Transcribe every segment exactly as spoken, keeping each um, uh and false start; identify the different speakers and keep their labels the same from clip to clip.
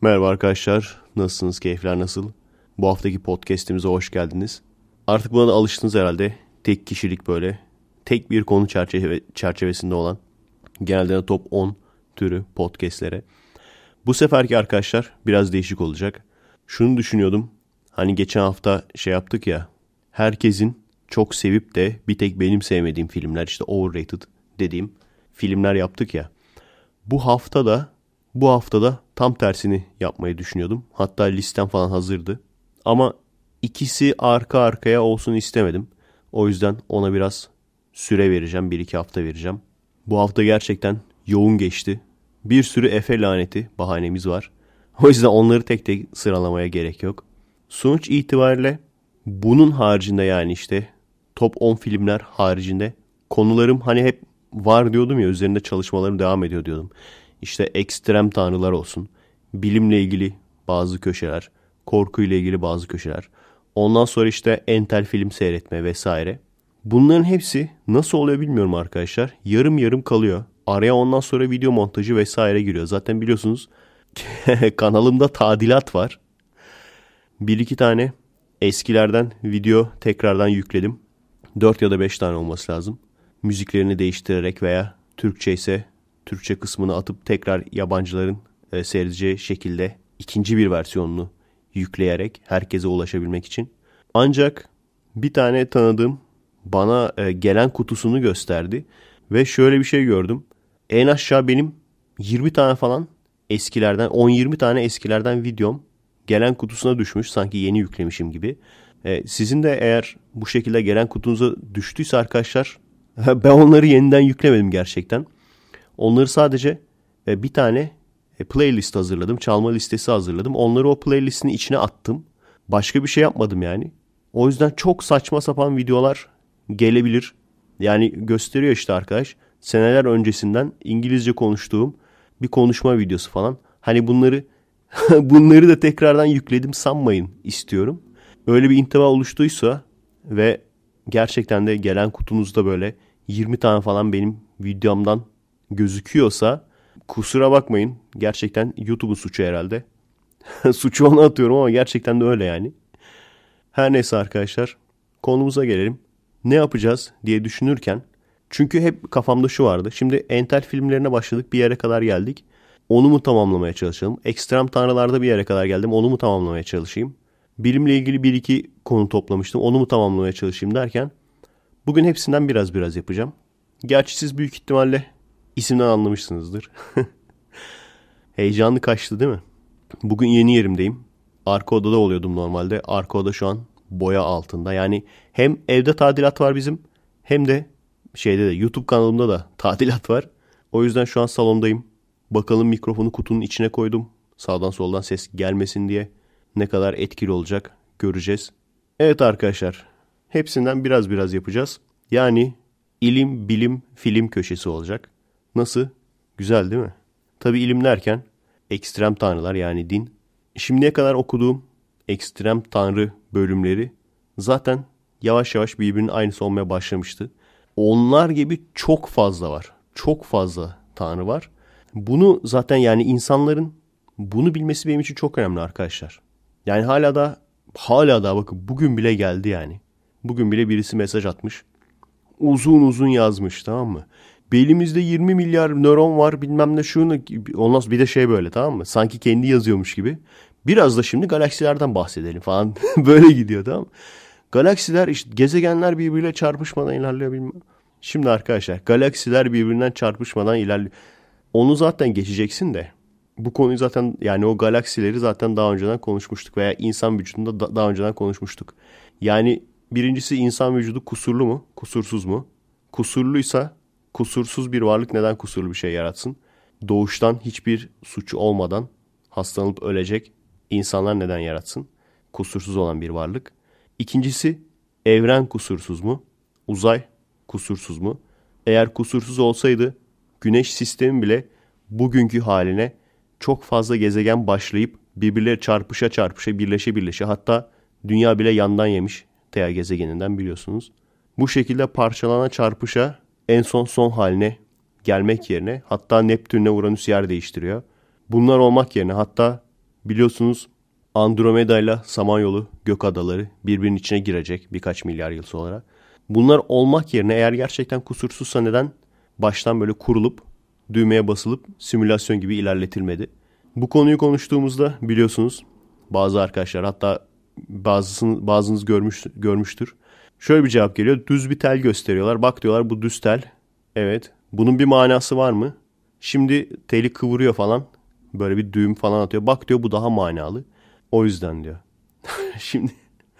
Speaker 1: Merhaba arkadaşlar, nasılsınız, keyifler nasıl? Bu haftaki podcast'imize hoş geldiniz. Artık buna da alıştınız herhalde. Tek kişilik böyle, tek bir konu çerçeve, çerçevesinde olan, genelde de top on türü podcastlere. Bu seferki arkadaşlar biraz değişik olacak. Şunu düşünüyordum, hani geçen hafta şey yaptık ya, herkesin çok sevip de bir tek benim sevmediğim filmler, işte overrated dediğim filmler yaptık ya. Bu hafta da Bu haftada tam tersini yapmayı düşünüyordum. Hatta listem falan hazırdı. Ama ikisi arka arkaya olsun istemedim. O yüzden ona biraz süre vereceğim. Bir iki hafta vereceğim. Bu hafta gerçekten yoğun geçti. Bir sürü Efe laneti bahanemiz var. O yüzden onları tek tek sıralamaya gerek yok. Sonuç itibariyle bunun haricinde, yani işte top on filmler haricinde konularım hani hep var diyordum ya, üzerinde çalışmalarım devam ediyor diyordum. İşte ekstrem tanrılar olsun, bilimle ilgili bazı köşeler, korkuyla ilgili bazı köşeler. Ondan sonra işte entel film seyretme vesaire. Bunların hepsi nasıl oluyor bilmiyorum arkadaşlar. Yarım yarım kalıyor. Araya ondan sonra video montajı vesaire giriyor. Zaten biliyorsunuz kanalımda tadilat var. Bir iki tane eskilerden video tekrardan yükledim. Dört ya da beş tane olması lazım. Müziklerini değiştirerek veya Türkçe ise Türkçe kısmını atıp tekrar yabancıların e, seyredeceği şekilde ikinci bir versiyonunu yükleyerek herkese ulaşabilmek için. Ancak bir tane tanıdığım bana e, gelen kutusunu gösterdi ve şöyle bir şey gördüm. En aşağı benim yirmi tane falan eskilerden, on yirmi tane eskilerden videom gelen kutusuna düşmüş, sanki yeni yüklemişim gibi. E, sizin de eğer bu şekilde gelen kutunuza düştüyse arkadaşlar, ben onları yeniden yüklemedim gerçekten. Onları sadece bir tane playlist hazırladım. Çalma listesi hazırladım. Onları o playlistin içine attım. Başka bir şey yapmadım yani. O yüzden çok saçma sapan videolar gelebilir. Yani gösteriyor işte arkadaş. Seneler öncesinden İngilizce konuştuğum bir konuşma videosu falan. Hani bunları bunları da tekrardan yükledim sanmayın istiyorum. Öyle bir intiba oluştuysa ve gerçekten de gelen kutunuzda böyle yirmi tane falan benim videomdan gözüküyorsa kusura bakmayın. Gerçekten YouTube'un suçu herhalde. Suçu ona atıyorum ama gerçekten de öyle yani. Her neyse arkadaşlar, konumuza gelelim. Ne yapacağız diye düşünürken, çünkü hep kafamda şu vardı. Şimdi entel filmlerine başladık, bir yere kadar geldik. Onu mu tamamlamaya çalışalım? Ekstrem tanrılarda bir yere kadar geldim. Onu mu tamamlamaya çalışayım? Bilimle ilgili bir iki konu toplamıştım. Onu mu tamamlamaya çalışayım derken bugün hepsinden biraz biraz yapacağım. Gerçi siz büyük ihtimalle İsimden anlamışsınızdır. Heyecanlı kaçtı değil mi? Bugün yeni yerimdeyim. Arka odada oluyordum normalde. Arka oda şu an boya altında. Yani hem evde tadilat var bizim, hem de şeyde de, YouTube kanalımda da tadilat var. O yüzden şu an salondayım. Bakalım, mikrofonu kutunun içine koydum. Sağdan soldan ses gelmesin diye. Ne kadar etkili olacak göreceğiz. Evet arkadaşlar, hepsinden biraz biraz yapacağız. Yani ilim, bilim, film köşesi olacak. Nasıl? Güzel değil mi? Tabii ilim derken ekstrem tanrılar, yani din. Şimdiye kadar okuduğum ekstrem tanrı bölümleri zaten yavaş yavaş birbirinin aynısı olmaya başlamıştı. Onlar gibi çok fazla var. Çok fazla tanrı var. Bunu zaten, yani insanların bunu bilmesi benim için çok önemli arkadaşlar. Yani hala da hala da bakın, bugün bile geldi yani. Bugün bile birisi mesaj atmış. Uzun uzun yazmış, tamam mı? Belimizde yirmi milyar nöron var, bilmem ne şunu. Ondan bir de şey böyle, tamam mı? Sanki kendi yazıyormuş gibi. Biraz da şimdi galaksilerden bahsedelim falan. Böyle gidiyor, tamam mı? Galaksiler, işte gezegenler birbiriyle çarpışmadan ilerliyor bilmem. Şimdi arkadaşlar, galaksiler birbirinden çarpışmadan ilerliyor. Onu zaten geçeceksin de. Bu konuyu zaten, yani o galaksileri zaten daha önceden konuşmuştuk. Veya insan vücudunda da, daha önceden konuşmuştuk. Yani birincisi, insan vücudu kusurlu mu? Kusursuz mu? Kusurluysa, kusursuz bir varlık neden kusurlu bir şey yaratsın? Doğuştan hiçbir suçu olmadan hastalanıp ölecek insanlar neden yaratsın? Kusursuz olan bir varlık. İkincisi, evren kusursuz mu? Uzay kusursuz mu? Eğer kusursuz olsaydı Güneş sistemi bile bugünkü haline çok fazla gezegen başlayıp birbirleri çarpışa çarpışa, birleşe birleşe, hatta dünya bile yandan yemiş Thea gezegeninden, biliyorsunuz. Bu şekilde parçalana çarpışa en son son haline gelmek yerine, hatta Neptün'le Uranüs yer değiştiriyor. Bunlar olmak yerine, hatta Biliyorsunuz Andromeda ile Samanyolu gök adaları birbirinin içine girecek birkaç milyar yıl sonra. Bunlar olmak yerine eğer gerçekten kusursuzsa neden baştan böyle kurulup düğmeye basılıp simülasyon gibi ilerletilmedi? Bu konuyu konuştuğumuzda biliyorsunuz bazı arkadaşlar, hatta bazısını, bazınız görmüş, görmüştür. Şöyle bir cevap geliyor. Düz bir tel gösteriyorlar. Bak diyorlar, bu düz tel. Evet. Bunun bir manası var mı? Şimdi teli kıvırıyor falan. Böyle bir düğüm falan atıyor. Bak diyor, bu daha manalı. O yüzden diyor. Şimdi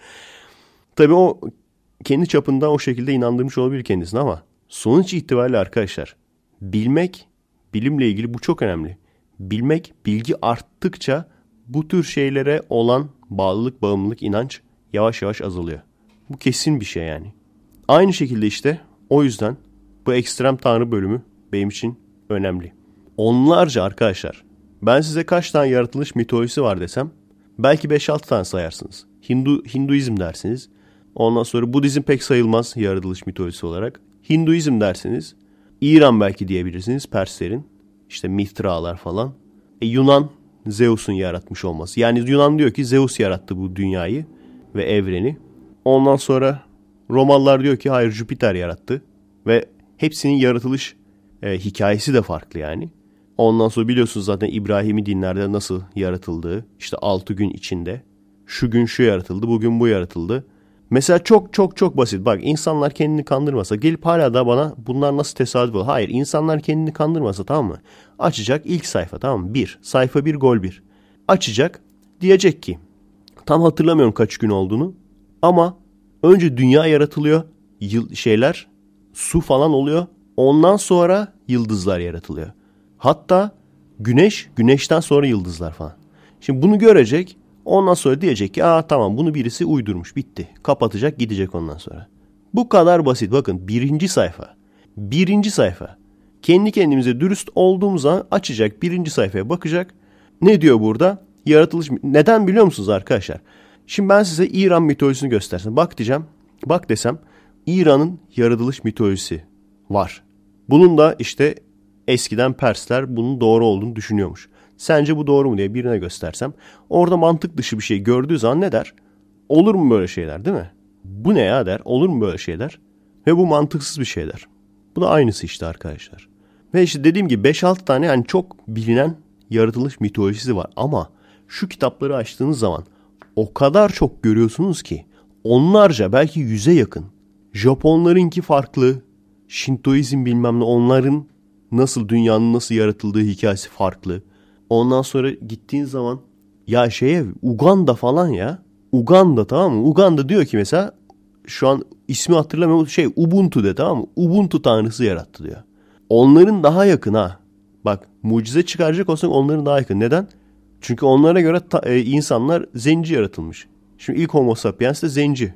Speaker 1: tabii o kendi çapında o şekilde inandırmış olabilir kendisine ama sonuç itibariyle arkadaşlar, bilmek, bilimle ilgili bu çok önemli. Bilmek, bilgi arttıkça bu tür şeylere olan bağlılık, bağımlılık, inanç yavaş yavaş azalıyor. Bu kesin bir şey yani. Aynı şekilde işte o yüzden bu ekstrem tanrı bölümü benim için önemli. Onlarca arkadaşlar, ben size kaç tane yaratılış mitolojisi var desem belki beş altı tane sayarsınız. Hindu, Hinduizm dersiniz. Ondan sonra Budizm pek sayılmaz yaratılış mitolojisi olarak. Hinduizm dersiniz. İran belki diyebilirsiniz, Perslerin. İşte Mithralar falan. E, Yunan, Zeus'un yaratmış olması. Yani Yunan diyor ki Zeus yarattı bu dünyayı ve evreni. Ondan sonra Romalılar diyor ki hayır, Jüpiter yarattı. Ve hepsinin yaratılış e, hikayesi de farklı yani. Ondan sonra biliyorsunuz zaten İbrahimi dinlerde nasıl yaratıldığı. İşte altı gün içinde. Şu gün şu yaratıldı, bugün bu yaratıldı. Mesela çok çok çok basit. Bak, insanlar kendini kandırmasa, gelip hala da bana bunlar nasıl tesadüf olur? Hayır, insanlar kendini kandırmasa, tamam mı? Açacak ilk sayfa, tamam mı? Bir. Sayfa bir, gol bir. Açacak, diyecek ki tam hatırlamıyorum kaç gün olduğunu ama önce dünya yaratılıyor. Yıl, şeyler, su falan oluyor. Ondan sonra yıldızlar yaratılıyor. Hatta güneş, güneşten sonra yıldızlar falan. Şimdi bunu görecek. Ondan sonra diyecek ki aa tamam, bunu birisi uydurmuş, bitti. Kapatacak, gidecek ondan sonra. Bu kadar basit. Bakın, birinci sayfa. Birinci sayfa. Kendi kendimize dürüst olduğumuz zaman açacak, birinci sayfaya bakacak. Ne diyor burada? Yaratılış. Neden biliyor musunuz arkadaşlar? Şimdi ben size İran mitolojisini göstersem. Bak diyeceğim. Bak desem İran'ın yaratılış mitolojisi var. Bunun da işte eskiden Persler bunun doğru olduğunu düşünüyormuş. Sence bu doğru mu diye birine göstersem, orada mantık dışı bir şey gördüğü zaman ne der? Olur mu böyle şeyler, değil mi? Bu ne ya der. Olur mu böyle şeyler? Ve bu mantıksız bir şey der. Bu da aynısı işte arkadaşlar. Ve işte dediğim gibi beş altı tane yani çok bilinen yaratılış mitolojisi var. Ama şu kitapları açtığınız zaman o kadar çok görüyorsunuz ki, onlarca, belki yüze yakın. Japonlarınki farklı. Şintoizm bilmem ne, onların nasıl, dünyanın nasıl yaratıldığı hikayesi farklı. Ondan sonra gittiğin zaman ya şeye, Uganda falan ya. Uganda, tamam mı? Uganda diyor ki mesela, şu an ismi hatırlamıyorum, şey Ubuntu de, tamam mı? Ubuntu tanrısı yarattı diyor. Onların daha yakın ha. Bak, mucize çıkaracak olsak onların daha yakın. Neden? Çünkü onlara göre ta, e, insanlar zenci yaratılmış. Şimdi ilk Homo sapiens de zenci.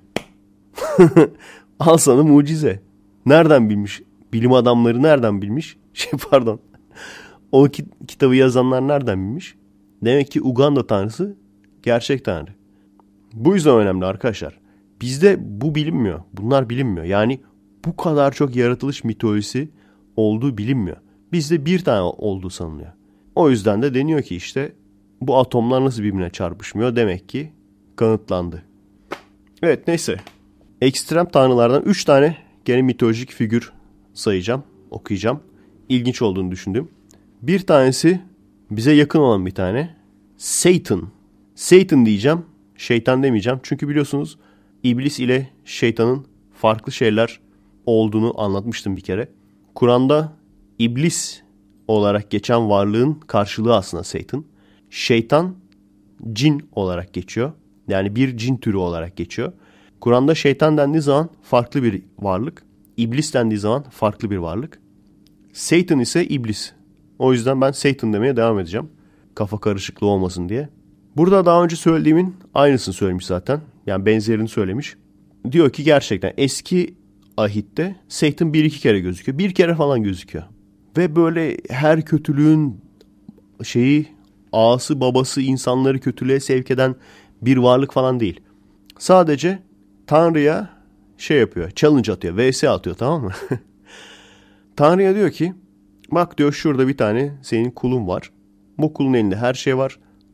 Speaker 1: Al sana mucize. Nereden bilmiş? Bilim adamları nereden bilmiş? Şey pardon. O ki- kitabı yazanlar nereden bilmiş? Demek ki Uganda tanrısı gerçek tanrı. Bu yüzden önemli arkadaşlar. Bizde bu bilinmiyor. Bunlar bilinmiyor. Yani bu kadar çok yaratılış mitolojisi olduğu bilinmiyor. Bizde bir tane olduğu sanılıyor. O yüzden de deniyor ki işte bu atomlar nasıl birbirine çarpışmıyor, demek ki kanıtlandı. Evet, neyse. Ekstrem tanrılardan üç tane gene mitolojik figür sayacağım, okuyacağım. İlginç olduğunu düşündüm. Bir tanesi bize yakın olan bir tane. Satan. Satan diyeceğim. Şeytan demeyeceğim. Çünkü biliyorsunuz iblis ile şeytanın farklı şeyler olduğunu anlatmıştım bir kere. Kur'an'da iblis olarak geçen varlığın karşılığı aslında Satan. Şeytan cin olarak geçiyor. Yani bir cin türü olarak geçiyor. Kur'an'da şeytan dendiği zaman farklı bir varlık. İblis dendiği zaman farklı bir varlık. Satan ise iblis. O yüzden ben Satan demeye devam edeceğim. Kafa karışıklığı olmasın diye. Burada daha önce söylediğimin aynısını söylemiş zaten. Yani benzerini söylemiş. Diyor ki gerçekten eski ahitte Satan bir iki kere gözüküyor. Bir kere falan gözüküyor. Ve böyle her kötülüğün şeyi, ağası babası, insanları kötülüğe sevk eden bir varlık falan değil. Sadece Tanrı'ya şey yapıyor, challenge atıyor, V S atıyor, tamam mı? Tanrı'ya diyor ki bak diyor, şurada bir tane senin kulun var. Bu kulun elinde her şey var.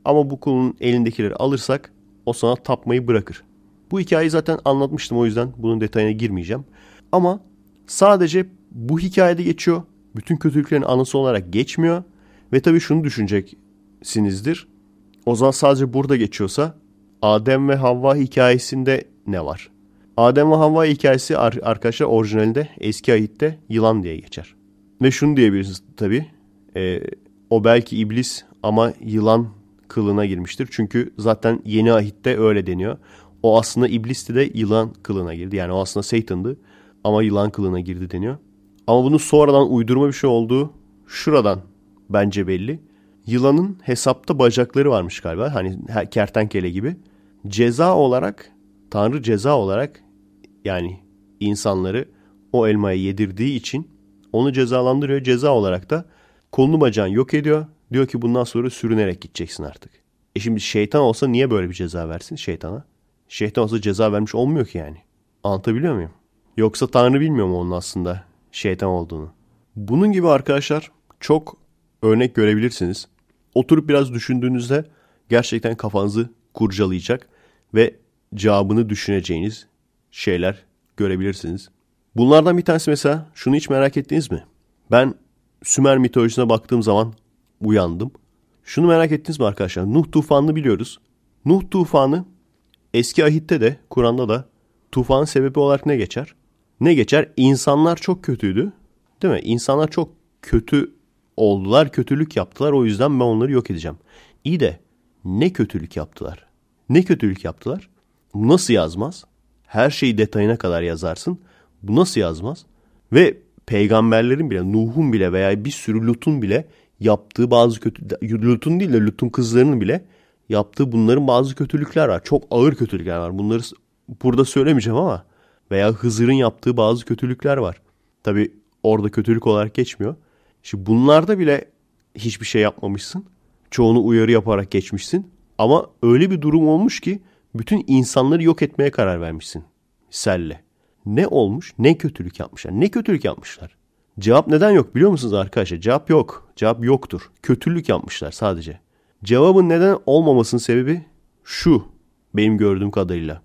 Speaker 1: Ama bu kulun elindekileri alırsak o sana tapmayı bırakır. Bu hikayeyi zaten anlatmıştım, o yüzden bunun detayına girmeyeceğim. Ama sadece bu hikayede geçiyor. Bütün kötülüklerin anısı olarak geçmiyor. Ve tabii şunu düşüneceksinizdir. O zaman sadece burada geçiyorsa Adem ve Havva hikayesinde ne var? Adem ve Havva hikayesi arkadaşlar orijinalinde eski ahitte yılan diye geçer. Ve şunu diyebilirsiniz tabii. E, o belki iblis ama yılan kılığına girmiştir. Çünkü zaten yeni ahitte öyle deniyor. O aslında iblisti de yılan kılığına girdi. Yani o aslında Satan'dı ama yılan kılığına girdi deniyor. Ama bunun sonradan uydurma bir şey olduğu şuradan bence belli. Yılanın hesapta bacakları varmış galiba. Hani kertenkele gibi. Ceza olarak, Tanrı ceza olarak yani insanları o elmayı yedirdiği için onu cezalandırıyor. Ceza olarak da kolunu bacağını yok ediyor. Diyor ki bundan sonra sürünerek gideceksin artık. E şimdi şeytan olsa niye böyle bir ceza versin şeytana? Şeytan olsa ceza vermiş olmuyor ki yani. Anlatabiliyor muyum? Yoksa Tanrı bilmiyor mu onun aslında şeytan olduğunu? Bunun gibi arkadaşlar çok örnek görebilirsiniz. Oturup biraz düşündüğünüzde gerçekten kafanızı kurcalayacak ve cevabını düşüneceğiniz şeyler görebilirsiniz. Bunlardan bir tanesi mesela, şunu hiç merak ettiniz mi? Ben Sümer mitolojisine baktığım zaman uyandım. Şunu merak ettiniz mi arkadaşlar? Nuh tufanını biliyoruz. Nuh tufanı eski ahitte de Kur'an'da da tufanın sebebi olarak ne geçer? Ne geçer? İnsanlar çok kötüydü. Değil mi? İnsanlar çok kötü oldular, kötülük yaptılar. O yüzden ben onları yok edeceğim. İyi de ne kötülük yaptılar? Ne kötülük yaptılar? Bu nasıl yazmaz? Her şeyi detayına kadar yazarsın. Bu nasıl yazmaz? Ve peygamberlerin bile, Nuh'un bile veya bir sürü Lut'un bile yaptığı bazı kötü, Lut'un değil de Lut'un kızlarının bile yaptığı bunların bazı kötülükler var. Çok ağır kötülükler var. Bunları burada söylemeyeceğim ama veya Hızır'ın yaptığı bazı kötülükler var. Tabii orada kötülük olarak geçmiyor. Şimdi bunlarda bile hiçbir şey yapmamışsın. Çoğunu uyarı yaparak geçmişsin. Ama öyle bir durum olmuş ki bütün insanları yok etmeye karar vermişsin selle. Ne olmuş? Ne kötülük yapmışlar? Ne kötülük yapmışlar? Cevap neden yok biliyor musunuz arkadaşlar? Cevap yok. Cevap yoktur. Kötülük yapmışlar sadece. Cevabın neden olmamasının sebebi şu, benim gördüğüm kadarıyla.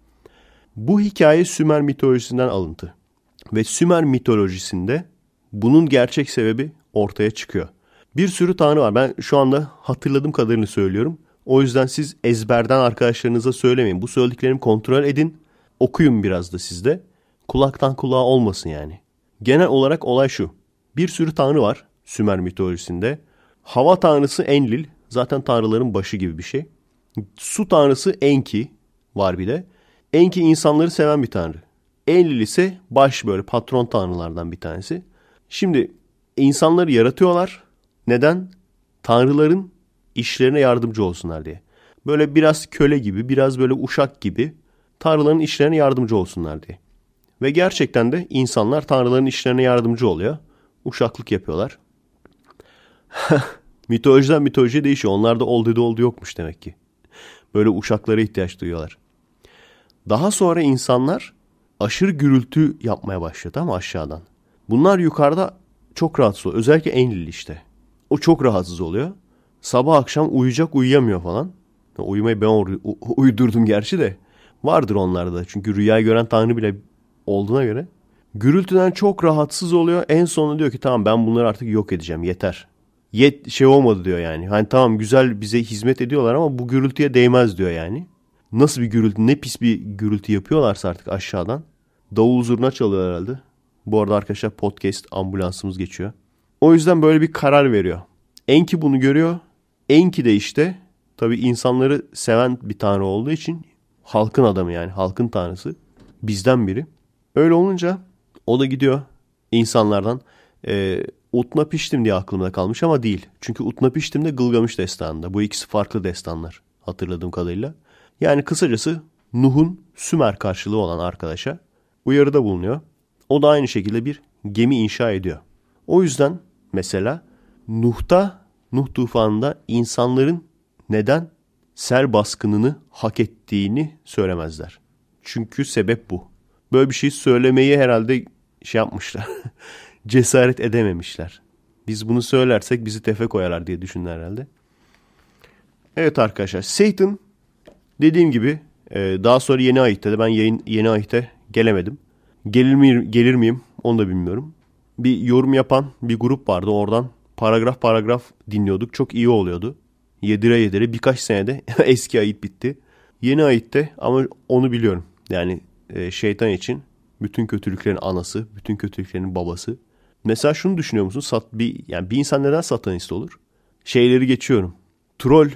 Speaker 1: Bu hikaye Sümer mitolojisinden alıntı. Ve Sümer mitolojisinde bunun gerçek sebebi ortaya çıkıyor. Bir sürü tanrı var. Ben şu anda hatırladığım kadarını söylüyorum. O yüzden siz ezberden arkadaşlarınıza söylemeyin. Bu söylediklerimi kontrol edin. Okuyun biraz da siz de. Kulaktan kulağa olmasın yani. Genel olarak olay şu. Bir sürü tanrı var Sümer mitolojisinde. Hava tanrısı Enlil. Zaten tanrıların başı gibi bir şey. Su tanrısı Enki var bir de. Enki insanları seven bir tanrı. Enlil ise baş, böyle patron tanrılardan bir tanesi. Şimdi insanları yaratıyorlar. Neden? Tanrıların işlerine yardımcı olsunlar diye. Böyle biraz köle gibi, biraz böyle uşak gibi tanrıların işlerine yardımcı olsunlar diye. Ve gerçekten de insanlar tanrıların işlerine yardımcı oluyor. Uşaklık yapıyorlar. Mitolojiden mitolojiye değişiyor. Onlarda ol dedi oldu yokmuş demek ki. Böyle uşaklara ihtiyaç duyuyorlar. Daha sonra insanlar aşırı gürültü yapmaya başladı ama aşağıdan. Bunlar yukarıda çok rahatsız oluyor. Özellikle Enlil işte. O çok rahatsız oluyor. Sabah akşam uyuyacak, uyuyamıyor falan. Uyumayı ben uydurdum gerçi de. Vardır onlarda. Çünkü rüya gören tanrı bile olduğuna göre. Gürültüden çok rahatsız oluyor. En sonunda diyor ki tamam ben bunları artık yok edeceğim. Yeter. Yet şey olmadı diyor yani. Hani tamam güzel bize hizmet ediyorlar ama bu gürültüye değmez diyor yani. Nasıl bir gürültü, ne pis bir gürültü yapıyorlarsa artık aşağıdan. Davul zurna çalıyor herhalde. Bu arada arkadaşlar podcast ambulansımız geçiyor. O yüzden böyle bir karar veriyor. Enki bunu görüyor. Enki de işte tabii insanları seven bir tanrı olduğu için halkın adamı yani halkın tanrısı. Bizden biri. Öyle olunca o da gidiyor insanlardan e, Utnapiştim diye aklımda kalmış ama değil. Çünkü Utnapiştim de Gılgamış destanında. Bu ikisi farklı destanlar hatırladığım kadarıyla. Yani kısacası Nuh'un Sümer karşılığı olan arkadaşa uyarıda bulunuyor. O da aynı şekilde bir gemi inşa ediyor. O yüzden mesela Nuh'ta, Nuh tufanında insanların neden sel baskınını hak ettiğini söylemezler. Çünkü sebep bu. Böyle bir şey söylemeyi herhalde şey yapmışlar. Cesaret edememişler. Biz bunu söylersek bizi tefe koyarlar diye düşündüler herhalde. Evet arkadaşlar, Satan dediğim gibi daha sonra yeni ayette de ben yayın, yeni ayette gelemedim. Gelir miyim, gelir miyim onu da bilmiyorum. Bir yorum yapan bir grup vardı, oradan paragraf paragraf dinliyorduk. Çok iyi oluyordu. Yedire yedire birkaç senede eski ayet bitti. Yeni ayette ama onu biliyorum. Yani e, şeytan için bütün kötülüklerin anası, bütün kötülüklerin babası. Mesela şunu düşünüyor musun? Sat, bir, yani bir insan neden satanist olur? Şeyleri geçiyorum. Troll,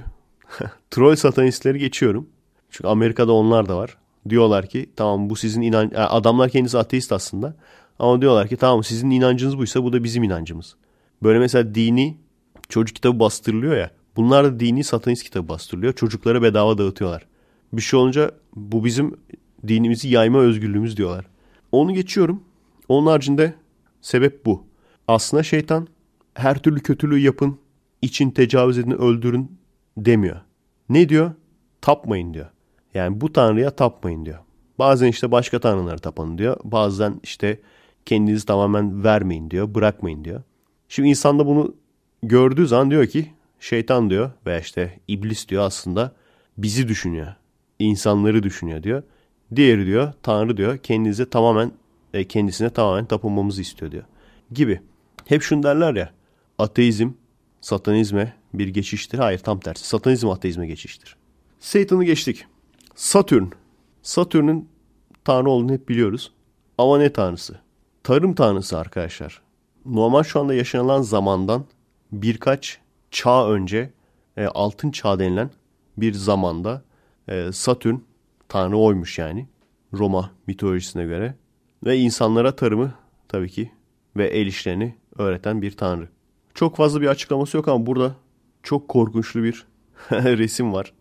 Speaker 1: troll satanistleri geçiyorum. Çünkü Amerika'da onlar da var. Diyorlar ki tamam bu sizin inan... Yani adamlar kendisi ateist aslında. Ama diyorlar ki tamam sizin inancınız buysa bu da bizim inancımız. Böyle mesela dini çocuk kitabı bastırılıyor ya. Bunlar da dini satanist kitabı bastırılıyor. Çocuklara bedava dağıtıyorlar. Bir şey olunca bu bizim dinimizi yayma özgürlüğümüz diyorlar. Onu geçiyorum. Onun haricinde sebep bu. Aslında şeytan her türlü kötülüğü yapın, için tecavüz edin, öldürün demiyor. Ne diyor? Tapmayın diyor. Yani bu tanrıya tapmayın diyor. Bazen işte başka tanrılara tapın diyor. Bazen işte kendinizi tamamen vermeyin diyor. Bırakmayın diyor. Şimdi insan da bunu gördüğü zaman diyor ki şeytan diyor veya işte iblis diyor aslında bizi düşünüyor. İnsanları düşünüyor diyor. Diğeri diyor tanrı diyor kendinize tamamen kendisine tamamen tapınmamızı istiyor diyor. Gibi. Hep şunu derler ya, ateizm satanizme bir geçiştir. Hayır, tam tersi. Satanizm ateizme geçiştir. Satan'ı geçtik. Satürn. Satürn'ün tanrı olduğunu hep biliyoruz. Ama ne tanrısı? Tarım tanrısı arkadaşlar. Normal şu anda yaşanılan zamandan birkaç çağ önce e, altın çağ denilen bir zamanda e, Satürn tanrı oymuş yani. Roma mitolojisine göre. Ve insanlara tarımı tabii ki ve el işlerini öğreten bir tanrı. Çok fazla bir açıklaması yok ama burada çok korkunçlu bir resim var.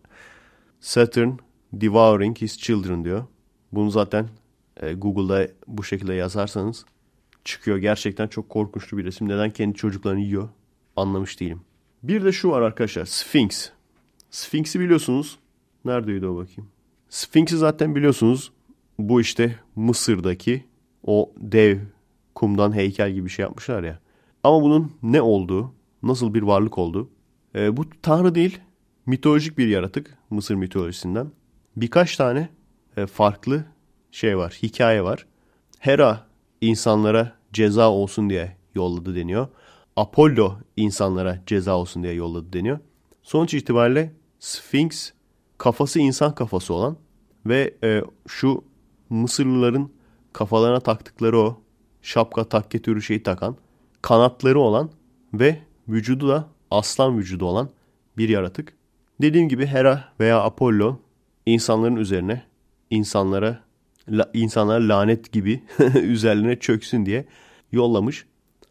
Speaker 1: Saturn devouring his children diyor. Bunu zaten e, Google'da bu şekilde yazarsanız çıkıyor. Gerçekten çok korkunçlu bir resim. Neden kendi çocuklarını yiyor anlamış değilim. Bir de şu var arkadaşlar. Sphinx. Sphinx'i biliyorsunuz. Neredeydi o bakayım. Sphinx'i zaten biliyorsunuz. Bu işte Mısır'daki o dev kumdan heykel gibi bir şey yapmışlar ya. Ama bunun ne olduğu, nasıl bir varlık olduğu. E, bu tanrı değil, mitolojik bir yaratık Mısır mitolojisinden. Birkaç tane e, farklı şey var, hikaye var. Hera insanlara ceza olsun diye yolladı deniyor. Apollo insanlara ceza olsun diye yolladı deniyor. Sonuç itibariyle Sphinx kafası insan kafası olan ve e, şu Mısırlıların kafalarına taktıkları o şapka takke türü şeyi takan, kanatları olan ve vücudu da aslan vücudu olan bir yaratık. Dediğim gibi Hera veya Apollo insanların üzerine, insanlara la, insanlara lanet gibi üzerlerine çöksün diye yollamış.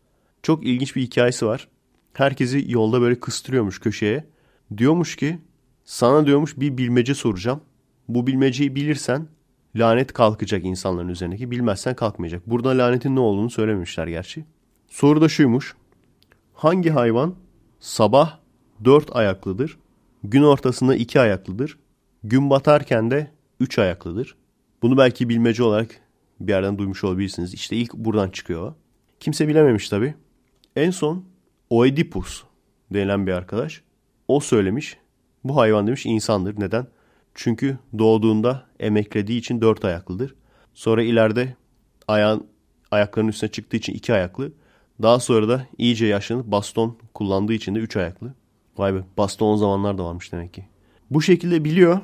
Speaker 1: Çok ilginç bir hikayesi var. Herkesi yolda böyle kıstırıyormuş köşeye. Diyormuş ki sana diyormuş bir bilmece soracağım. Bu bilmeceyi bilirsen lanet kalkacak insanların üzerindeki. Bilmezsen kalkmayacak. Burada lanetin ne olduğunu söylememişler gerçi. Soru da şuymuş. Hangi hayvan sabah dört ayaklıdır? Gün ortasında iki ayaklıdır. Gün batarken de üç ayaklıdır. Bunu belki bilmece olarak bir yerden duymuş olabilirsiniz. İşte ilk buradan çıkıyor. Kimse bilememiş tabii. En son Oedipus denilen bir arkadaş. O söylemiş. Bu hayvan demiş insandır. Neden? Çünkü doğduğunda emeklediği için dört ayaklıdır. Sonra ileride ayağın, ayaklarının üstüne çıktığı için iki ayaklı. Daha sonra da iyice yaşlanıp baston kullandığı için de üç ayaklı. Vay be, baston o zamanlar da varmış demek ki. Bu şekilde biliyor.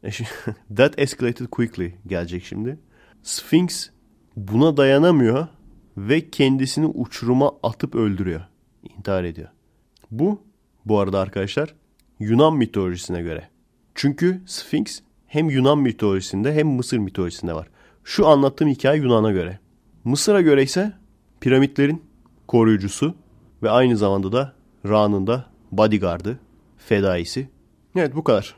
Speaker 1: That escalated quickly gelecek şimdi. Sphinx buna dayanamıyor ve kendisini uçuruma atıp öldürüyor. İntihar ediyor. Bu bu arada arkadaşlar Yunan mitolojisine göre. Çünkü Sphinx hem Yunan mitolojisinde hem Mısır mitolojisinde var. Şu anlattığım hikaye Yunan'a göre. Mısır'a göre ise piramitlerin koruyucusu ve aynı zamanda da Ra'nın da bodyguardı, fedaisi. Evet, bu kadar.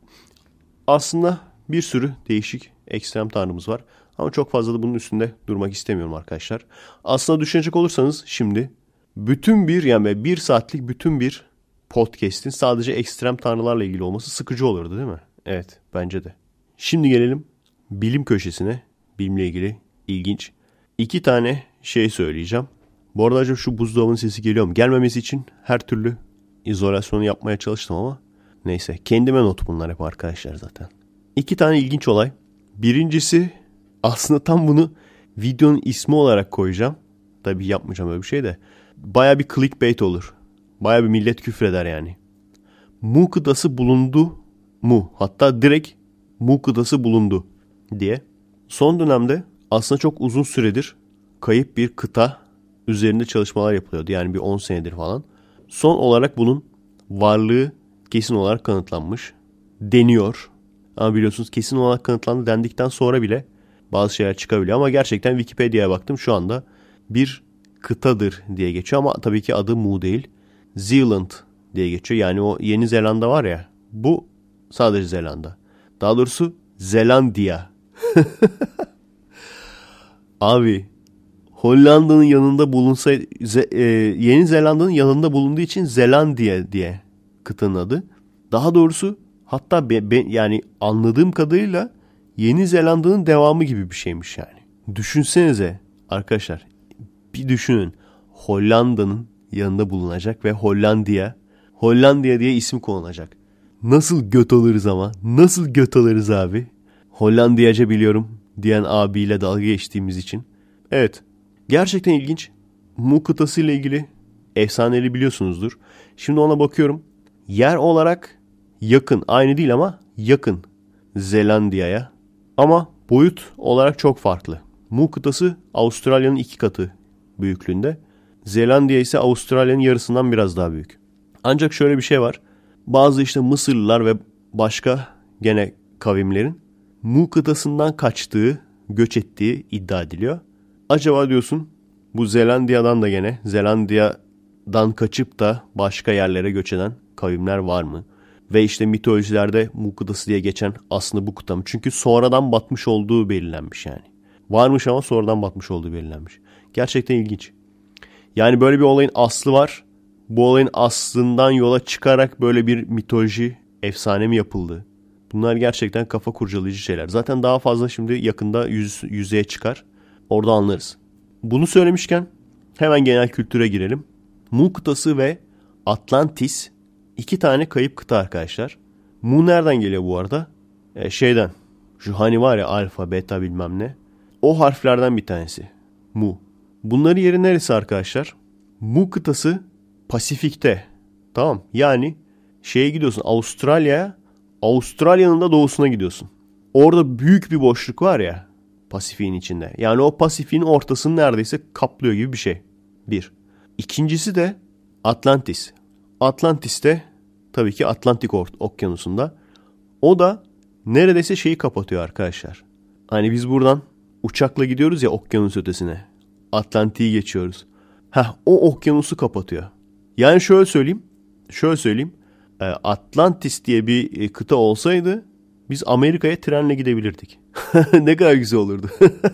Speaker 1: Aslında bir sürü değişik ekstrem tanrımız var. Ama çok fazla da bunun üstünde durmak istemiyorum arkadaşlar. Aslında düşünecek olursanız şimdi bütün bir yani bir saatlik bütün bir podcast'in sadece ekstrem tanrılarla ilgili olması sıkıcı olurdu değil mi? Evet, bence de. Şimdi gelelim bilim köşesine. Bilimle ilgili ilginç iki tane şey söyleyeceğim. Bu arada acaba şu buzdolabının sesi geliyor mu? Gelmemesi için her türlü izolasyonu yapmaya çalıştım ama Neyse, kendime not bunlar hep arkadaşlar zaten. İki tane ilginç olay. Birincisi, aslında tam bunu videonun ismi olarak koyacağım. Tabii yapmayacağım öyle bir şey de. Baya bir clickbait olur. Baya bir millet küfreder yani. Mu kıtası bulundu mu? Hatta direkt Mu kıtası bulundu diye. Son dönemde aslında çok uzun süredir kayıp bir kıta üzerinde çalışmalar yapılıyordu. Yani bir on senedir falan. Son olarak bunun varlığı kesin olarak kanıtlanmış. Deniyor. Ama biliyorsunuz kesin olarak kanıtlandı dendikten sonra bile bazı şeyler çıkabiliyor. Ama gerçekten Wikipedia'ya baktım, şu anda bir kıtadır diye geçiyor. Ama tabii ki adı Mu değil. Zealand diye geçiyor. Yani o Yeni Zelanda var ya, bu sadece Zelanda. Daha doğrusu Zelandia. Abi Hollanda'nın yanında bulunsaydı, e, Yeni Zelanda'nın yanında bulunduğu için Zelandia diye kıtanın adı. Daha doğrusu hatta be, be, yani anladığım kadarıyla Yeni Zelanda'nın devamı gibi bir şeymiş yani. Düşünsenize arkadaşlar, bir düşünün, Hollanda'nın yanında bulunacak ve Hollandia, Hollandia diye isim konulacak. Nasıl göt alırız ama, nasıl göt alırız abi? Hollandiyaca biliyorum diyen abiyle dalga geçtiğimiz için. Evet, gerçekten ilginç. Mu kıtası ile ilgili efsaneli biliyorsunuzdur. Şimdi ona bakıyorum. Yer olarak yakın, aynı değil ama yakın Zelandiya'ya. Ama boyut olarak çok farklı. Mu kıtası Avustralya'nın iki katı büyüklüğünde. Zelandiya ise Avustralya'nın yarısından biraz daha büyük. Ancak şöyle bir şey var. Bazı işte Mısırlılar ve başka gene kavimlerin Mu kıtasından kaçtığı, göç ettiği iddia ediliyor. Acaba diyorsun bu Zelandiya'dan da gene Zelandiya'dan kaçıp da başka yerlere göç eden kavimler var mı? Ve işte mitolojilerde Mu kıtası diye geçen aslında bu kıta mı? Çünkü sonradan batmış olduğu belirlenmiş yani. Varmış ama sonradan batmış olduğu belirlenmiş. Gerçekten ilginç. Yani böyle bir olayın aslı var. Bu olayın aslından yola çıkarak böyle bir mitoloji, efsane mi yapıldı? Bunlar gerçekten kafa kurcalayıcı şeyler. Zaten daha fazla şimdi yakında yüz, yüzeye çıkar. Orada anlarız. Bunu söylemişken hemen genel kültüre girelim. Mu kıtası ve Atlantis iki tane kayıp kıta arkadaşlar. Mu nereden geliyor bu arada? E, şeyden. Şu hani var ya, alfa, beta bilmem ne. O harflerden bir tanesi. Mu. Bunların yeri neresi arkadaşlar? Mu kıtası Pasifik'te. Tamam. Yani şeye gidiyorsun, Avustralya'ya. Avustralya'nın da doğusuna gidiyorsun. Orada büyük bir boşluk var ya Pasifik'in içinde. Yani o Pasifik'in ortasını neredeyse kaplıyor gibi bir şey. Bir. İkincisi de Atlantis. Atlantis de tabii ki Atlantik Okyanusu'nda. O da neredeyse şeyi kapatıyor arkadaşlar. Hani biz buradan uçakla gidiyoruz ya okyanus ötesine. Atlantik'i geçiyoruz. Heh, o okyanusu kapatıyor. Yani şöyle söyleyeyim. Şöyle söyleyeyim. Atlantis diye bir kıta olsaydı biz Amerika'ya trenle gidebilirdik. Ne kadar güzel olurdu.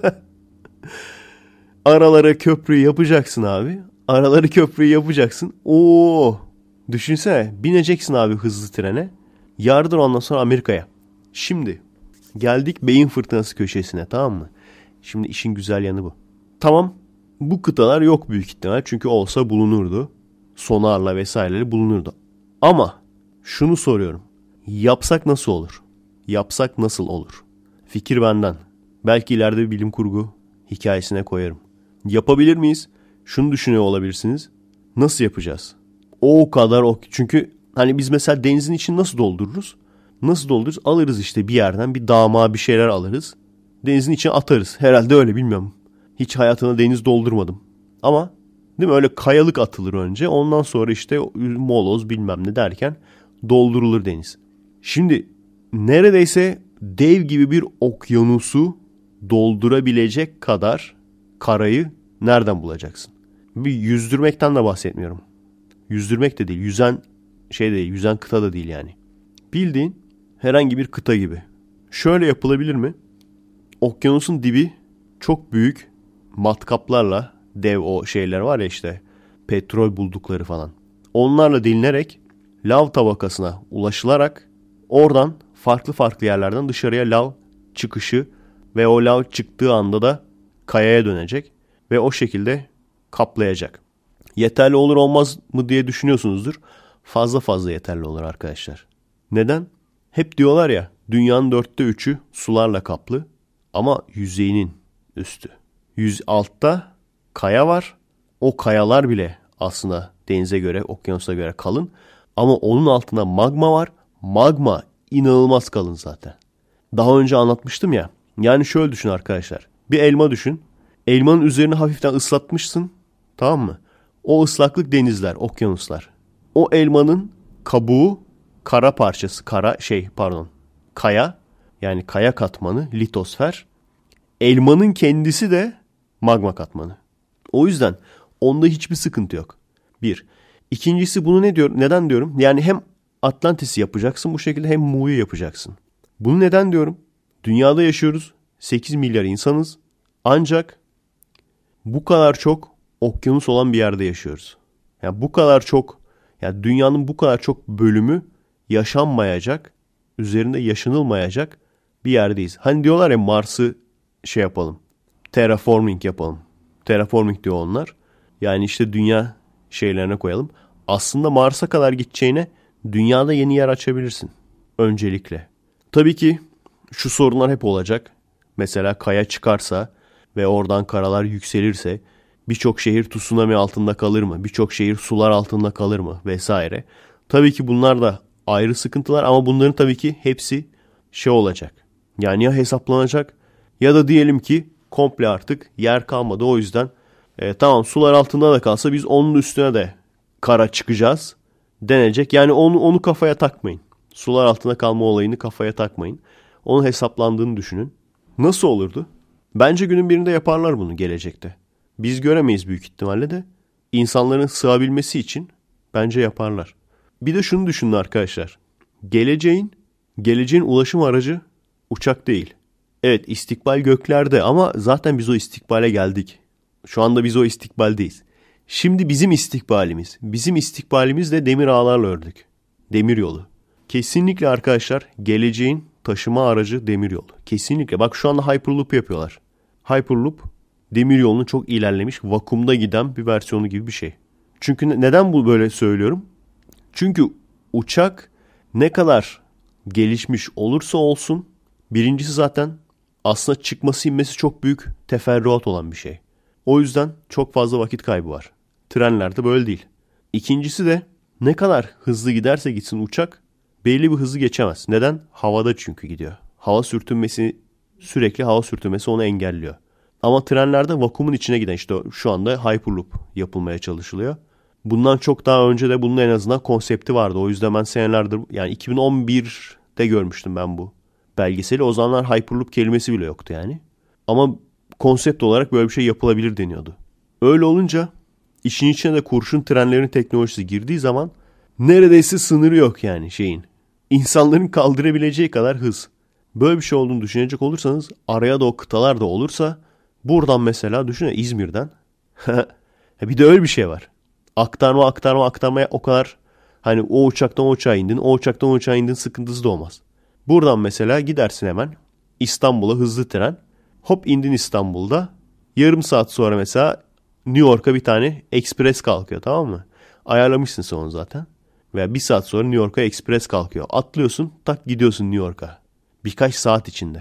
Speaker 1: Aralara köprüyü yapacaksın abi. Araları köprüyü yapacaksın. Oo, düşünsene, bineceksin abi hızlı trene. Yardır ondan sonra Amerika'ya. Şimdi geldik beyin fırtınası köşesine, tamam mı? Şimdi işin güzel yanı bu. Tamam, bu kıtalar yok büyük ihtimal. Çünkü olsa bulunurdu. Sonarla vesaireleri bulunurdu. Ama şunu soruyorum. Yapsak nasıl olur? Yapsak nasıl olur? Fikir benden. Belki ileride bir bilim kurgu hikayesine koyarım. Yapabilir miyiz? Şunu düşünüyor olabilirsiniz. Nasıl yapacağız? O kadar o. Çünkü hani biz mesela denizin içini nasıl doldururuz? Nasıl doldururuz? Alırız işte bir yerden bir damağa bir şeyler alırız. Denizin içine atarız. Herhalde öyle, bilmiyorum. Hiç hayatımda deniz doldurmadım. Ama değil mi? Öyle kayalık atılır önce. Ondan sonra işte moloz bilmem ne derken doldurulur deniz. Şimdi neredeyse dev gibi bir okyanusu doldurabilecek kadar karayı nereden bulacaksın? Bir yüzdürmekten de bahsetmiyorum. Yüzdürmek de değil. Yüzen şey değil. Yüzen kıta da değil yani. Bildiğin herhangi bir kıta gibi. Şöyle yapılabilir mi? Okyanusun dibi çok büyük matkaplarla, dev o şeyler var ya işte, petrol buldukları falan. Onlarla delinerek lav tabakasına ulaşılarak oradan farklı farklı yerlerden dışarıya lav çıkışı ve o lav çıktığı anda da kayaya dönecek ve o şekilde kaplayacak. Yeterli olur olmaz mı diye düşünüyorsunuzdur. Fazla fazla yeterli olur arkadaşlar. Neden? Hep diyorlar ya, dünyanın dörtte üçü sularla kaplı ama yüzeyinin üstü. Yüz altta kaya var. O kayalar bile aslında denize göre, okyanusa göre kalın. Ama onun altında magma var. Magma inanılmaz kalın zaten. Daha önce anlatmıştım ya. Yani şöyle düşün arkadaşlar. Bir elma düşün. Elmanın üzerini hafiften ıslatmışsın. Tamam mı? O ıslaklık denizler, okyanuslar. O elmanın kabuğu kara parçası, kara şey pardon, kaya. Yani kaya katmanı, litosfer. Elmanın kendisi de magma katmanı. O yüzden onda hiçbir sıkıntı yok. Bir. İkincisi bunu ne diyor? Neden diyorum? Yani hem Atlantis'i yapacaksın bu şekilde hem Mu'yu yapacaksın. Bunu neden diyorum? Dünyada yaşıyoruz. sekiz milyar insanız. Ancak bu kadar çok okyanus olan bir yerde yaşıyoruz. Yani bu kadar çok, yani dünyanın bu kadar çok bölümü yaşanmayacak, üzerinde yaşanılmayacak bir yerdeyiz. Hani diyorlar ya, Mars'ı şey yapalım, terraforming yapalım. Terraforming diyor onlar. Yani işte dünya şeylerine koyalım. Aslında Mars'a kadar gideceğine dünyada yeni yer açabilirsin. Öncelikle. Tabii ki şu sorunlar hep olacak. Mesela kaya çıkarsa ve oradan karalar yükselirse birçok şehir tsunami altında kalır mı? Birçok şehir sular altında kalır mı? Vesaire. Tabii ki bunlar da ayrı sıkıntılar ama bunların tabii ki hepsi şey olacak. Yani ya hesaplanacak ya da diyelim ki komple artık yer kalmadı. O yüzden e, tamam sular altında da kalsa biz onun üstüne de kara çıkacağız denecek. Yani onu, onu kafaya takmayın. Sular altında kalma olayını kafaya takmayın. Onun hesaplandığını düşünün. Nasıl olurdu? Bence günün birinde yaparlar bunu gelecekte. Biz göremeyiz büyük ihtimalle de. İnsanların sığabilmesi için bence yaparlar. Bir de şunu düşünün arkadaşlar. Geleceğin, geleceğin ulaşım aracı uçak değil. Evet, istikbal göklerde ama zaten biz o istikbale geldik. Şu anda biz o istikbaldeyiz. Şimdi bizim istikbalimiz, bizim istikbalimiz de demir ağlarla ördük. Demir yolu. Kesinlikle arkadaşlar geleceğin taşıma aracı demir yolu. Kesinlikle. Bak şu anda Hyperloop yapıyorlar. Hyperloop demir yolunun çok ilerlemiş, vakumda giden bir versiyonu gibi bir şey. Çünkü neden bu böyle söylüyorum? Çünkü uçak ne kadar gelişmiş olursa olsun, birincisi zaten aslında çıkması inmesi çok büyük teferruat olan bir şey. O yüzden çok fazla vakit kaybı var. Trenlerde böyle değil. İkincisi de ne kadar hızlı giderse gitsin uçak belli bir hızı geçemez. Neden? Havada çünkü gidiyor. Hava sürtünmesi, sürekli hava sürtünmesi onu engelliyor. Ama trenlerde vakumun içine giden, işte şu anda Hyperloop yapılmaya çalışılıyor. Bundan çok daha önce de bunun en azından konsepti vardı. O yüzden ben senelerdir, yani iki bin on birde görmüştüm ben bu belgeseli. O zamanlar Hyperloop kelimesi bile yoktu yani. Ama konsept olarak böyle bir şey yapılabilir deniyordu. Öyle olunca işin içine de kurşun trenlerin teknolojisi girdiği zaman neredeyse sınırı yok yani şeyin. İnsanların kaldırabileceği kadar hız. Böyle bir şey olduğunu düşünecek olursanız, araya da o kıtalar da olursa, buradan mesela düşünün İzmir'den. Bir de öyle bir şey var. Aktarma aktarma aktarmaya o kadar, hani o uçaktan o uçağa indin, o uçaktan o uçağa indin sıkıntısı da olmaz. Buradan mesela gidersin hemen İstanbul'a hızlı tren. Hop indin İstanbul'da. Yarım saat sonra mesela New York'a bir tane ekspres kalkıyor, tamam mı? Ayarlamışsın sen onu zaten. Veya bir saat sonra New York'a ekspres kalkıyor. Atlıyorsun, tak gidiyorsun New York'a. Birkaç saat içinde.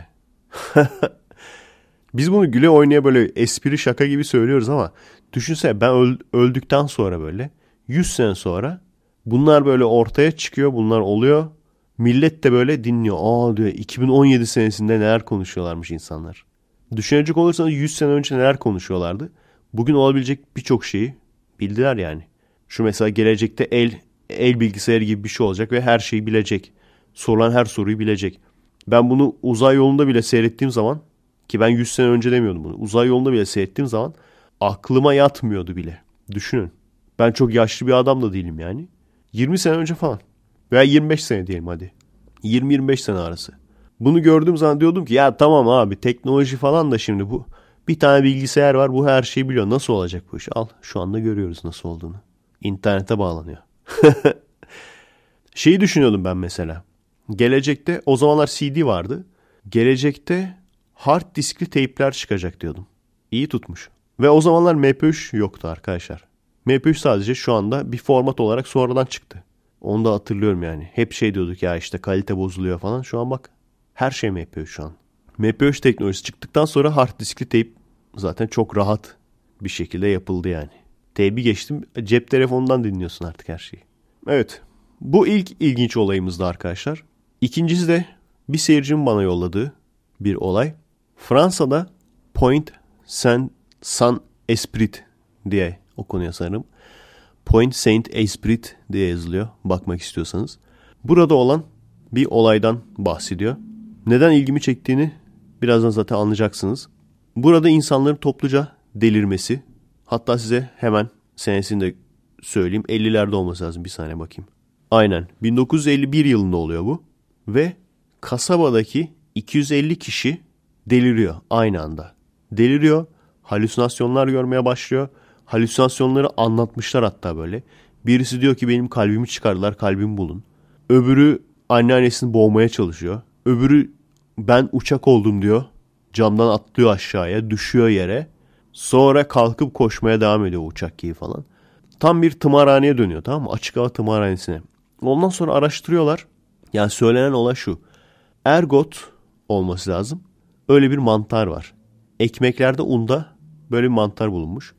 Speaker 1: Biz bunu güle oynaya böyle espri şaka gibi söylüyoruz ama düşünsene, ben öl- öldükten sonra böyle yüz sene sonra bunlar böyle ortaya çıkıyor, bunlar oluyor. Millet de böyle dinliyor. Aa diyor, iki bin on yedi senesinde neler konuşuyorlarmış insanlar. Düşünecek olursanız yüz sene önce neler konuşuyorlardı. Bugün olabilecek birçok şeyi bildiler yani. Şu mesela gelecekte el el bilgisayarı gibi bir şey olacak ve her şeyi bilecek. Sorulan her soruyu bilecek. Ben bunu uzay yolunda bile seyrettiğim zaman, ki ben yüz sene önce demiyordum bunu. Uzay yolunda bile seyrettiğim zaman aklıma yatmıyordu bile. Düşünün. Ben çok yaşlı bir adam da değilim yani. yirmi sene önce falan. Veya yirmi beş sene diyelim hadi. yirmi yirmi beş sene arası. Bunu gördüğüm zaman diyordum ki ya tamam abi, teknoloji falan da şimdi bu. Bir tane bilgisayar var, bu her şeyi biliyor. Nasıl olacak bu iş? Al, şu anda görüyoruz nasıl olduğunu. İnternete bağlanıyor. Şeyi düşünüyordum ben mesela. Gelecekte, o zamanlar C D vardı. Gelecekte hard diskli teypler çıkacak diyordum. İyi tutmuş. Ve o zamanlar M P üç yoktu arkadaşlar. M P üç sadece şu anda bir format olarak sonradan çıktı. Onu da hatırlıyorum yani. Hep şey diyorduk ya işte kalite bozuluyor falan. Şu an bak her şey M P üç şu an. M P üç teknolojisi çıktıktan sonra hard diskli teyp zaten çok rahat bir şekilde yapıldı yani. Teybi geçtim, cep telefonundan dinliyorsun artık her şeyi. Evet, bu ilk ilginç olayımızdı arkadaşlar. İkincisi de bir seyircimin bana yolladığı bir olay. Fransa'da Point Saint Esprit diye okunuyor sanırım. Point Saint Esprit diye yazılıyor bakmak istiyorsanız. Burada olan bir olaydan bahsediyor. Neden ilgimi çektiğini birazdan zaten anlayacaksınız. Burada insanların topluca delirmesi. Hatta size hemen senesini de söyleyeyim. ellilerde olması lazım. Bir saniye bakayım. Aynen. bin dokuz yüz elli bir yılında oluyor bu. Ve kasabadaki iki yüz elli kişi deliriyor aynı anda. Deliriyor. Halüsinasyonlar görmeye başlıyor. Halüsinasyonları anlatmışlar hatta böyle. Birisi diyor ki benim kalbimi çıkardılar, kalbimi bulun. Öbürü anneannesini boğmaya çalışıyor. Öbürü ben uçak oldum diyor. Camdan atlıyor aşağıya, düşüyor yere. Sonra kalkıp koşmaya devam ediyor uçak gibi falan. Tam bir tımarhaneye dönüyor, tamam mı? Açık hava tımarhanesine. Ondan sonra araştırıyorlar. Yani söylenen olay şu. Ergot olması lazım. Öyle bir mantar var. Ekmeklerde, unda böyle bir mantar bulunmuş.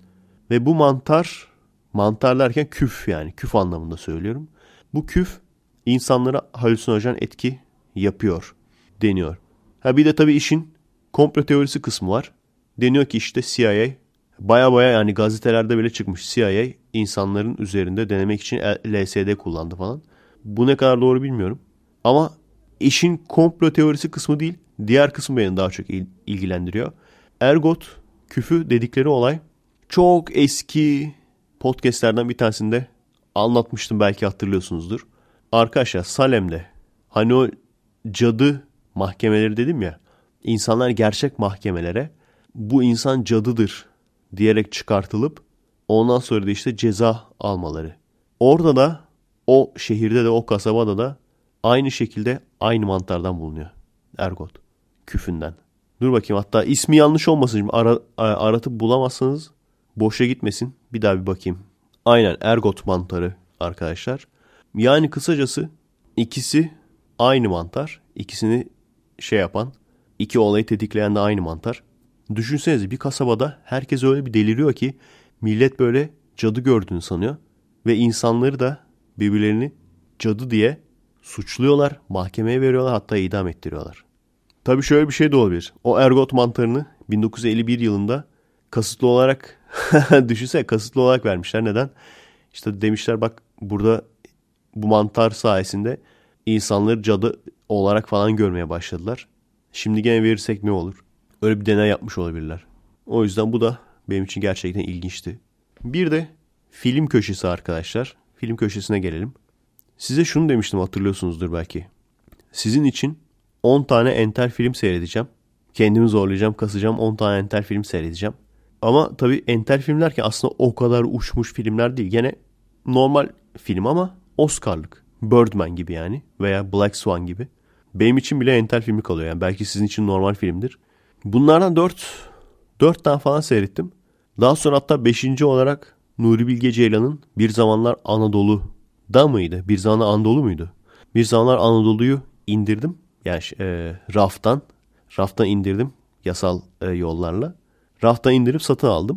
Speaker 1: Ve bu mantar, mantar derken küf yani küf anlamında söylüyorum. Bu küf insanlara halüsinojen etki yapıyor deniyor. Ha bir de tabii işin komplo teorisi kısmı var. Deniyor ki işte C I A baya baya yani gazetelerde bile çıkmış. C I A insanların üzerinde denemek için L S D kullandı falan. Bu ne kadar doğru bilmiyorum. Ama işin komplo teorisi kısmı değil, diğer kısmı beni daha çok ilgilendiriyor. Ergot küfü dedikleri olay çok eski podcastlerden bir tanesinde anlatmıştım, belki hatırlıyorsunuzdur. Arkadaşlar Salem'de hani o cadı mahkemeleri dedim ya, insanlar gerçek mahkemelere bu insan cadıdır diyerek çıkartılıp ondan sonra da işte ceza almaları. Orada da o şehirde de o kasabada da aynı şekilde aynı mantardan bulunuyor. Ergot küfünden. Dur bakayım, hatta ismi yanlış olmasın. Şimdi ara, aratıp bulamazsanız boşa gitmesin. Bir daha bir bakayım. Aynen ergot mantarı arkadaşlar. Yani kısacası ikisi aynı mantar. İkisini şey yapan, iki olayı tetikleyen de aynı mantar. Düşünsenize bir kasabada herkes öyle bir deliriyor ki millet böyle cadı gördüğünü sanıyor. Ve insanları da birbirlerini cadı diye suçluyorlar. Mahkemeye veriyorlar, hatta idam ettiriyorlar. Tabii şöyle bir şey de olabilir. O ergot mantarını bin dokuz yüz elli bir yılında kasıtlı olarak düşünsene kasıtlı olarak vermişler. Neden? İşte demişler bak burada bu mantar sayesinde insanları cadı olarak falan görmeye başladılar. Şimdi gene verirsek ne olur? Öyle bir deney yapmış olabilirler. O yüzden bu da benim için gerçekten ilginçti. Bir de film köşesi arkadaşlar. Film köşesine gelelim. Size şunu demiştim, hatırlıyorsunuzdur belki. Sizin için on tane entel film seyredeceğim. Kendimi zorlayacağım, kasacağım, on tane entel film seyredeceğim. Ama tabii entel film derken aslında o kadar uçmuş filmler değil. Gene normal film ama Oscar'lık. Birdman gibi yani veya Black Swan gibi. Benim için bile entel filmi kalıyor. Yani belki sizin için normal filmdir. Bunlardan dört, dört tane falan seyrettim. Daha sonra hatta beşinci olarak Nuri Bilge Ceylan'ın Bir Zamanlar Anadolu'da mıydı? Bir Zamanlar Anadolu muydu? Bir Zamanlar Anadolu'yu indirdim. Yani e, raftan. Raftan indirdim yasal e, yollarla. Raftan indirip satın aldım.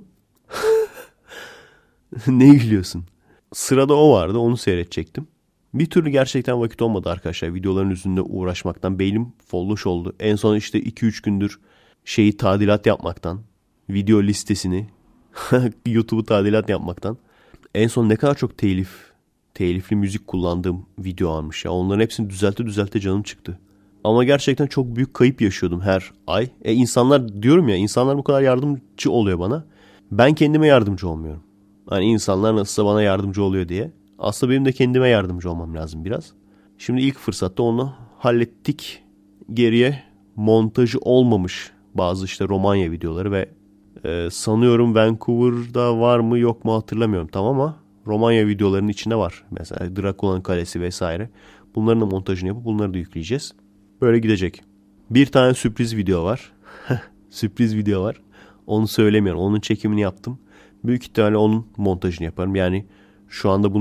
Speaker 1: Ne gülüyorsun? Sırada o vardı, onu seyredecektim. Bir türlü gerçekten vakit olmadı arkadaşlar. Videoların üzerinde uğraşmaktan beynim folloş oldu. En son işte iki üç gündür şeyi tadilat yapmaktan. Video listesini YouTube'u tadilat yapmaktan. En son ne kadar çok telif, telifli müzik kullandığım video almış ya. Onların hepsini düzelte düzelte canım çıktı. Ama gerçekten çok büyük kayıp yaşıyordum her ay. E insanlar diyorum ya, insanlar bu kadar yardımcı oluyor bana. Ben kendime yardımcı olmuyorum. Hani insanlar nasılsa bana yardımcı oluyor diye. Aslında benim de kendime yardımcı olmam lazım biraz. Şimdi ilk fırsatta onu hallettik. Geriye montajı olmamış bazı işte Romanya videoları ve e, sanıyorum Vancouver'da var mı yok mu hatırlamıyorum tam ama Romanya videolarının içinde var. Mesela Drakula'nın kalesi vesaire. Bunların da montajını yapıp bunları da yükleyeceğiz. Böyle gidecek. Bir tane sürpriz video var. Sürpriz video var. Onu söylemiyorum. Onun çekimini yaptım. Büyük ihtimalle onun montajını yaparım. Yani şu anda bunu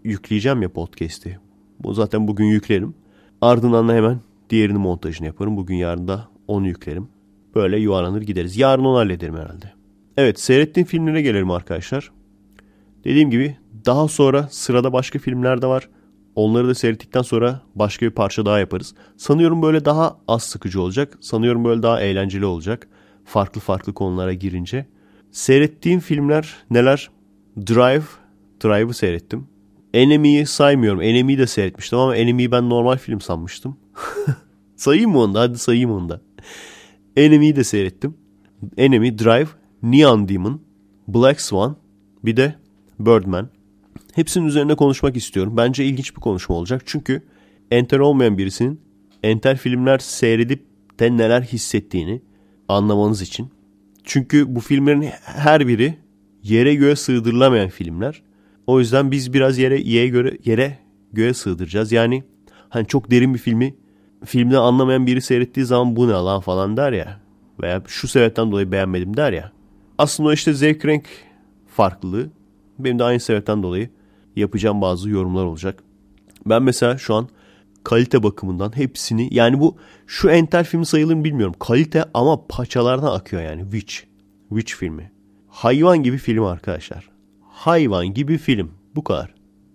Speaker 1: yükleyeceğim ya podcast'i. Bu zaten bugün yüklerim. Ardından da hemen diğerini montajını yaparım. Bugün yarın da onu yüklerim. Böyle yuvarlanır gideriz. Yarın onu hallederim herhalde. Evet, seyrettiğim filmlere gelelim arkadaşlar. Dediğim gibi daha sonra sırada başka filmler de var. Onları da seyrettikten sonra başka bir parça daha yaparız. Sanıyorum böyle daha az sıkıcı olacak. Sanıyorum böyle daha eğlenceli olacak. Farklı farklı konulara girince. Seyrettiğim filmler neler? Drive. Drive'ı seyrettim. Enemy'yi saymıyorum. Enemy'yi de seyretmiştim ama Enemy'yi ben normal film sanmıştım. Sayayım mı onu da? Hadi sayayım onu da. Enemy'yi de seyrettim. Enemy, Drive, Neon Demon, Black Swan, bir de Birdman. Hepsinin üzerine konuşmak istiyorum. Bence ilginç bir konuşma olacak. Çünkü enter olmayan birisinin enter filmler seyredip de neler hissettiğini anlamanız için. Çünkü bu filmlerin her biri yere göğe sığdırılamayan filmler. O yüzden biz biraz yere yere göre yere göğe sığdıracağız. Yani hani çok derin bir filmi filmden anlamayan biri seyrettiği zaman bu ne lan falan der ya. Veya şu sebepten dolayı beğenmedim der ya. Aslında o işte zevk renk farklılığı. Benim de aynı sebepten dolayı yapacağım bazı yorumlar olacak. Ben mesela şu an kalite bakımından hepsini, yani bu şu entel filmi sayılır mı bilmiyorum. Kalite ama paçalardan akıyor yani. Witch. Witch filmi. Hayvan gibi film arkadaşlar. Hayvan gibi film. Bu kadar.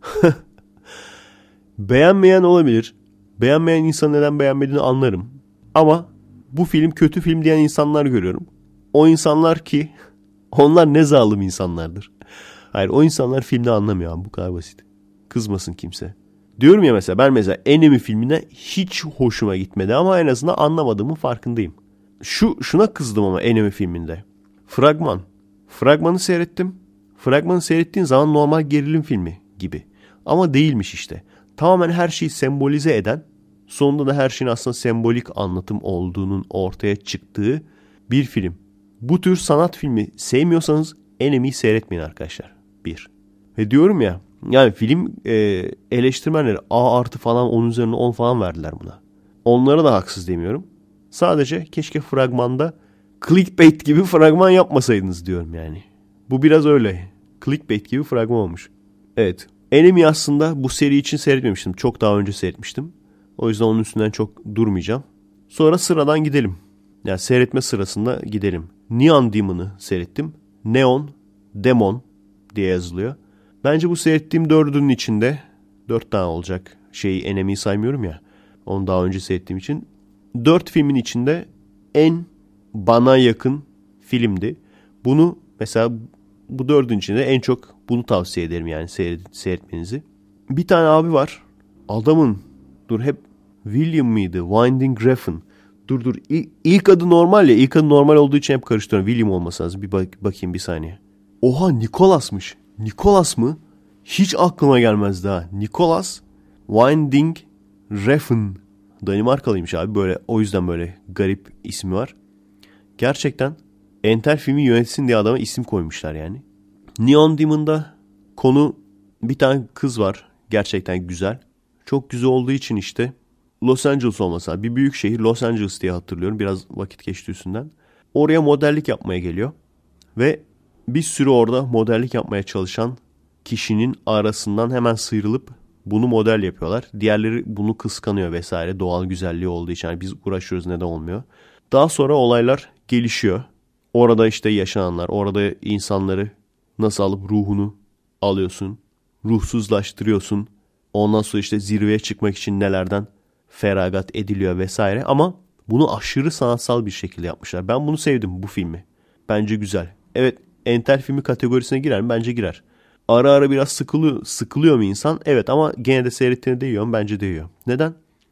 Speaker 1: Beğenmeyen olabilir. Beğenmeyen insan neden beğenmediğini anlarım. Ama bu film kötü film diyen insanlar görüyorum. O insanlar ki onlar ne zalim insanlardır. Hayır, o insanlar filmde anlamıyor abi, bu kadar basit. Kızmasın kimse. Diyorum ya, mesela ben mesela Enemy filmine hiç hoşuma gitmedi ama en azından anlamadığımın farkındayım. Şu şuna kızdım ama Enemy filminde. Fragman. Fragmanı seyrettim. Fragmanı seyrettiğin zaman normal gerilim filmi gibi. Ama değilmiş işte. Tamamen her şeyi sembolize eden, sonunda da her şeyin aslında sembolik anlatım olduğunun ortaya çıktığı bir film. Bu tür sanat filmi sevmiyorsanız Enemy'yi seyretmeyin arkadaşlar. Bir. Ve diyorum ya, yani film e, eleştirmenleri A artı falan on üzerine on falan verdiler buna. Onlara da haksız demiyorum. Sadece keşke fragmanda clickbait gibi fragman yapmasaydınız diyorum yani. Bu biraz öyle. Clickbait gibi fragman olmuş. Evet. Enemy aslında bu seri için seyretmemiştim. Çok daha önce seyretmiştim. O yüzden onun üstünden çok durmayacağım. Sonra sıradan gidelim. Yani seyretme sırasında gidelim. Neon Demon'ı seyrettim. Neon Demon diye yazılıyor. Bence bu seyrettiğim dördünün içinde, dört tane olacak. Şeyi, Enemy'yi saymıyorum ya. Onu daha önce seyrettiğim için. Dört filmin içinde en bana yakın filmdi. Bunu mesela bu dördün içinde en çok bunu tavsiye ederim yani seyret, seyretmenizi. Bir tane abi var. Adamın dur hep William mıydı? Winding Refn. Dur dur. İlk, ilk adı normal ya. İlk adı normal olduğu için hep karıştırıyorum. William olması lazım. Bir bak, bakayım bir saniye. Oha, Nicholas'mış. Nicholas mı? Hiç aklıma gelmezdi ha. Nicholas Winding Refn. Danimarkalıymış abi. Böyle, o yüzden böyle garip ismi var. Gerçekten entel filmi yönetsin diye adama isim koymuşlar yani. Neon Demon'da konu, bir tane kız var. Gerçekten güzel. Çok güzel olduğu için işte Los Angeles olmasa, bir büyük şehir Los Angeles diye hatırlıyorum. Biraz vakit geçti üstünden. Oraya modellik yapmaya geliyor. Ve bir sürü orada modellik yapmaya çalışan kişinin arasından hemen sıyrılıp bunu model yapıyorlar. Diğerleri bunu kıskanıyor vesaire. Doğal güzelliği olduğu için. Yani biz uğraşıyoruz, neden olmuyor. Daha sonra olaylar gelişiyor. Orada işte yaşananlar, orada insanları nasıl alıp ruhunu alıyorsun, ruhsuzlaştırıyorsun. Ondan sonra işte zirveye çıkmak için nelerden feragat ediliyor vesaire. Ama bunu aşırı sanatsal bir şekilde yapmışlar. Ben bunu sevdim, bu filmi. Bence güzel. Evet, entel filmi kategorisine girer mi? Bence girer. Ara ara biraz sıkılıyor, sıkılıyor mu insan? Evet, ama gene de seyrettiğine değiyor mu? Bence değiyor. Neden?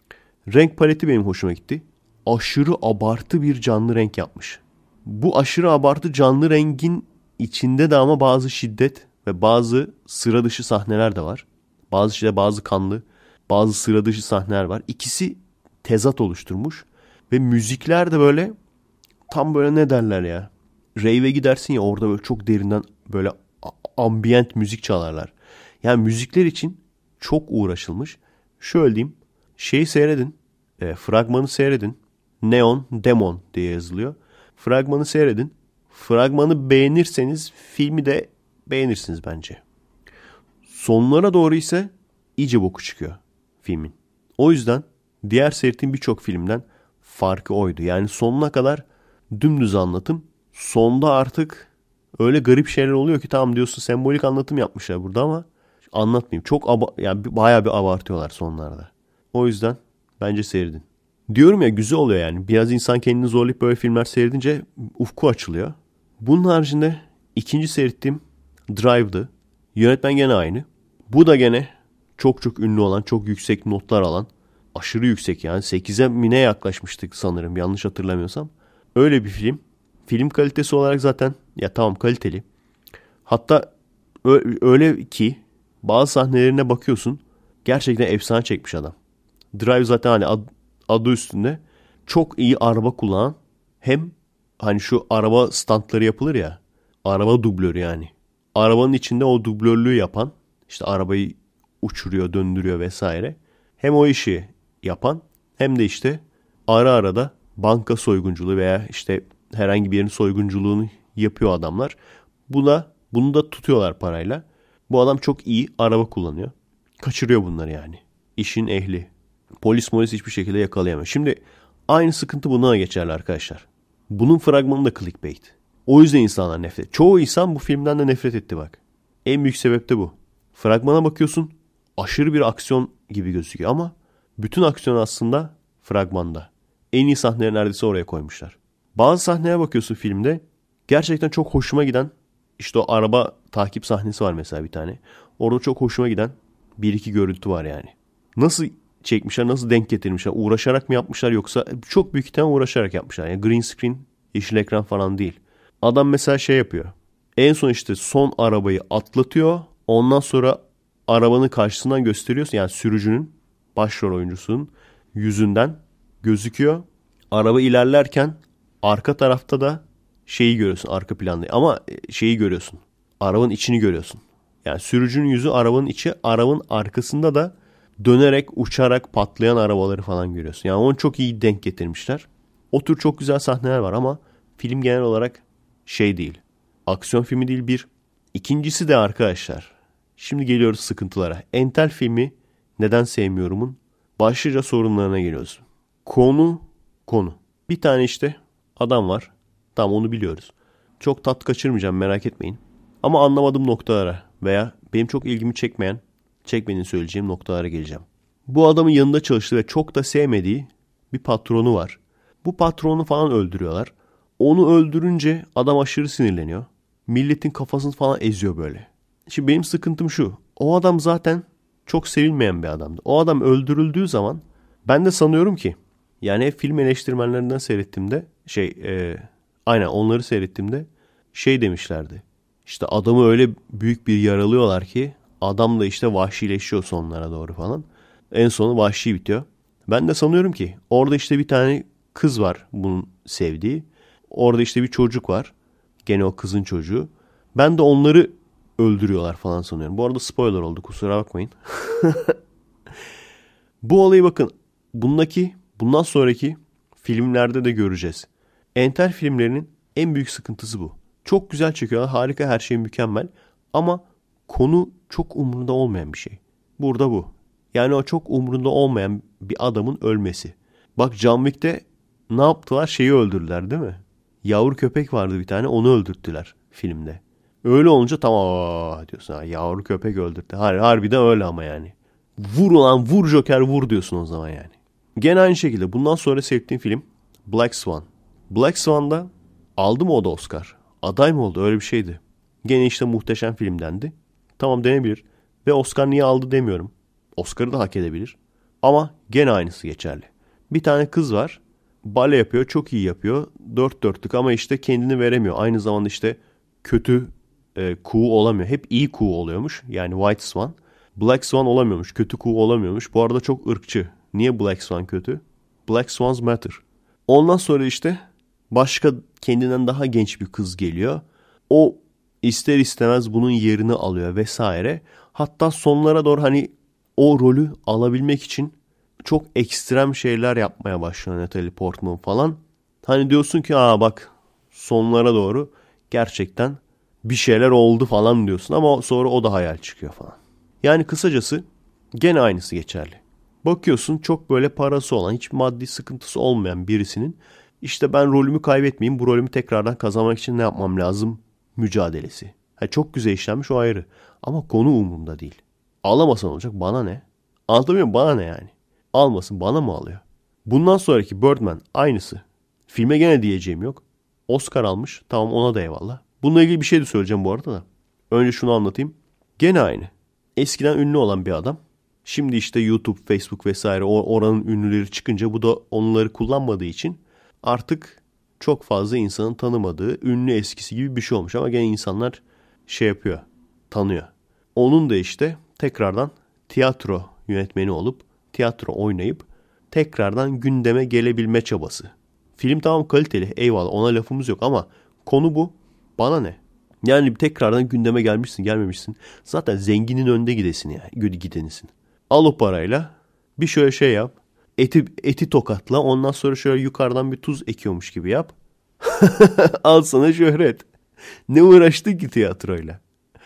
Speaker 1: Renk paleti benim hoşuma gitti. Aşırı abartı bir canlı renk yapmış. Bu aşırı abartı canlı rengin içinde de ama bazı şiddet ve bazı sıra dışı sahneler de var. Bazı işte bazı kanlı, bazı sıra dışı sahneler var. İkisi tezat oluşturmuş. Ve müzikler de böyle tam böyle, ne derler ya. Rave'e gidersin ya, orada böyle çok derinden böyle ambient müzik çalarlar. Yani müzikler için çok uğraşılmış. Şöyle diyeyim. Şeyi seyredin. E, fragmanı seyredin. Neon Demon diye yazılıyor. Fragmanı seyredin. Fragmanı beğenirseniz filmi de beğenirsiniz bence. Sonlara doğru ise iyice boku çıkıyor filmin. O yüzden diğer seyrettiğim birçok filmden farkı oydu. Yani sonuna kadar dümdüz anlatım. Sonda artık öyle garip şeyler oluyor ki tamam diyorsun, sembolik anlatım yapmışlar burada ama anlatmayayım. Çok aba- yani bayağı bir abartıyorlar sonlarda. O yüzden bence seyredin. Diyorum ya, güzel oluyor yani. Biraz insan kendini zorlayıp böyle filmler seyredince ufku açılıyor. Bunun haricinde ikinci seyrettiğim Drive'dı. Yönetmen gene aynı. Bu da gene çok çok ünlü olan, çok yüksek notlar alan, aşırı yüksek yani sekize mine yaklaşmıştık sanırım, yanlış hatırlamıyorsam. Öyle bir film. Film kalitesi olarak zaten ya tamam kaliteli. Hatta öyle ki bazı sahnelerine bakıyorsun, gerçekten efsane çekmiş adam. Drive zaten hani ad, adı üstünde çok iyi araba kullanan, hem hani şu araba standları yapılır ya, araba dublörü yani. Arabanın içinde o dublörlüğü yapan, işte arabayı uçuruyor, döndürüyor vesaire. Hem o işi yapan hem de işte ara ara da banka soygunculuğu veya işte herhangi bir yerin soygunculuğunu yapıyor adamlar. Bu da, bunu da tutuyorlar parayla. Bu adam çok iyi araba kullanıyor. Kaçırıyor bunları yani. İşin ehli. Polis polis hiçbir şekilde yakalayamıyor. Şimdi aynı sıkıntı buna da geçerli arkadaşlar. Bunun fragmanı da clickbait. O yüzden insanlar nefret. Çoğu insan bu filmden de nefret etti bak. En büyük sebep de bu. Fragmana bakıyorsun, aşırı bir aksiyon gibi gözüküyor ama bütün aksiyon aslında fragmanda. En iyi sahneleri neredeyse oraya koymuşlar. Bazı sahneye bakıyorsun filmde, gerçekten çok hoşuma giden, işte o araba takip sahnesi var mesela bir tane. Orada çok hoşuma giden bir iki görüntü var yani. Nasıl çekmişler, nasıl denk getirmişler, uğraşarak mı yapmışlar yoksa çok büyük ihtimal uğraşarak yapmışlar. Yani green screen, yeşil ekran falan değil. Adam mesela şey yapıyor. En son işte son arabayı atlatıyor. Ondan sonra arabanın karşısından gösteriyorsun. Yani sürücünün, başrol oyuncusunun yüzünden gözüküyor. Araba ilerlerken arka tarafta da şeyi görüyorsun, arka planda. Ama şeyi görüyorsun. Arabanın içini görüyorsun. Yani sürücünün yüzü arabanın içi, arabanın arkasında da dönerek, uçarak patlayan arabaları falan görüyorsun. Yani onu çok iyi denk getirmişler. O tür çok güzel sahneler var ama film genel olarak şey değil. Aksiyon filmi değil bir. İkincisi de arkadaşlar. Şimdi geliyoruz sıkıntılara. Entel filmi neden sevmiyorumun başlıca sorunlarına geliyoruz. Konu, konu. Bir tane işte adam var. Tamam, onu biliyoruz. Çok tat kaçırmayacağım, merak etmeyin. Ama anlamadığım noktalara veya benim çok ilgimi çekmeyen, çekmediğini söyleyeceğim noktalara geleceğim. Bu adamın yanında çalıştığı ve çok da sevmediği bir patronu var. Bu patronu falan öldürüyorlar. Onu öldürünce adam aşırı sinirleniyor. Milletin kafasını falan eziyor böyle. Şimdi benim sıkıntım şu. O adam zaten çok sevilmeyen bir adamdı. O adam öldürüldüğü zaman ben de sanıyorum ki, yani film eleştirmenlerinden seyrettiğimde şey e, aynen onları seyrettiğimde şey demişlerdi. İşte adamı öyle büyük bir yaralıyorlar ki adam da işte vahşileşiyor sonlara doğru falan. En sonu vahşi bitiyor. Ben de sanıyorum ki orada işte bir tane kız var bunun sevdiği. Orada işte bir çocuk var. Gene o kızın çocuğu. Ben de onları öldürüyorlar falan sanıyorum. Bu arada spoiler oldu, kusura bakmayın. Bu olayı bakın. Bundaki, bundan sonraki filmlerde de göreceğiz. Entel filmlerinin en büyük sıkıntısı bu. Çok güzel çekiyorlar. Harika, her şey mükemmel. Ama konu çok umurunda olmayan bir şey. Burada bu. Yani o çok umurunda olmayan bir adamın ölmesi. Bak John Wick'te ne yaptılar? Şeyi öldürdüler değil mi? Yavru köpek vardı bir tane, onu öldürttüler filmde. Öyle olunca tamam diyorsun. Ha, yavru köpek öldürttü. Har harbiden öyle ama yani. Vur ulan vur Joker vur diyorsun o zaman yani. Gene aynı şekilde bundan sonra seyrettiğim film Black Swan. Black Swan'da aldı mı o da Oscar? Aday mı oldu? Öyle bir şeydi. Gene işte muhteşem filmdendi. Tamam, denebilir. Ve Oscar niye aldı demiyorum. Oscar'ı da hak edebilir. Ama gene aynısı geçerli. Bir tane kız var. Bale yapıyor. Çok iyi yapıyor. Dört dörtlük ama işte kendini veremiyor. Aynı zamanda işte kötü e, kuğu olamıyor. Hep iyi kuğu oluyormuş. Yani White Swan. Black Swan olamıyormuş. Kötü kuğu olamıyormuş. Bu arada çok ırkçı. Niye Black Swan kötü? Black Swans Matter. Ondan sonra işte başka kendinden daha genç bir kız geliyor. O ister istemez bunun yerini alıyor vesaire. Hatta sonlara doğru hani o rolü alabilmek için çok ekstrem şeyler yapmaya başlıyor Natalie Portman falan. Hani diyorsun ki aa bak sonlara doğru gerçekten bir şeyler oldu falan diyorsun ama sonra o da hayal çıkıyor falan. Yani kısacası gene aynısı geçerli. Bakıyorsun çok böyle parası olan, hiç maddi sıkıntısı olmayan birisinin işte ben rolümü kaybetmeyeyim, bu rolümü tekrardan kazanmak için ne yapmam lazım mücadelesi. Ha, çok güzel işlenmiş, o ayrı. Ama konu umurumda değil. Ağlamasan olacak, bana ne? Anlatabiliyor muyum? Bana ne yani? Almasın, bana mı alıyor? Bundan sonraki Birdman aynısı. Filme gene diyeceğim yok. Oscar almış. Tamam, ona da eyvallah. Bununla ilgili bir şey de söyleyeceğim bu arada da. Önce şunu anlatayım. Gene aynı. Eskiden ünlü olan bir adam. Şimdi işte YouTube, Facebook vesaire oranın ünlüleri çıkınca bu da onları kullanmadığı için artık çok fazla insanın tanımadığı, ünlü eskisi gibi bir şey olmuş. Ama gene insanlar şey yapıyor, tanıyor. Onun da işte tekrardan tiyatro yönetmeni olup tiyatro oynayıp tekrardan gündeme gelebilme çabası. Film tamam kaliteli, eyvallah, ona lafımız yok ama konu bu. Bana ne? Yani tekrardan gündeme gelmişsin, gelmemişsin. Zaten zenginin önde gidesin ya, gidenisin. Al o parayla bir şöyle şey yap. Eti, eti tokatla, ondan sonra şöyle yukarıdan bir tuz ekiyormuş gibi yap. Al sana şöhret. Ne uğraştın ki tiyatroyla?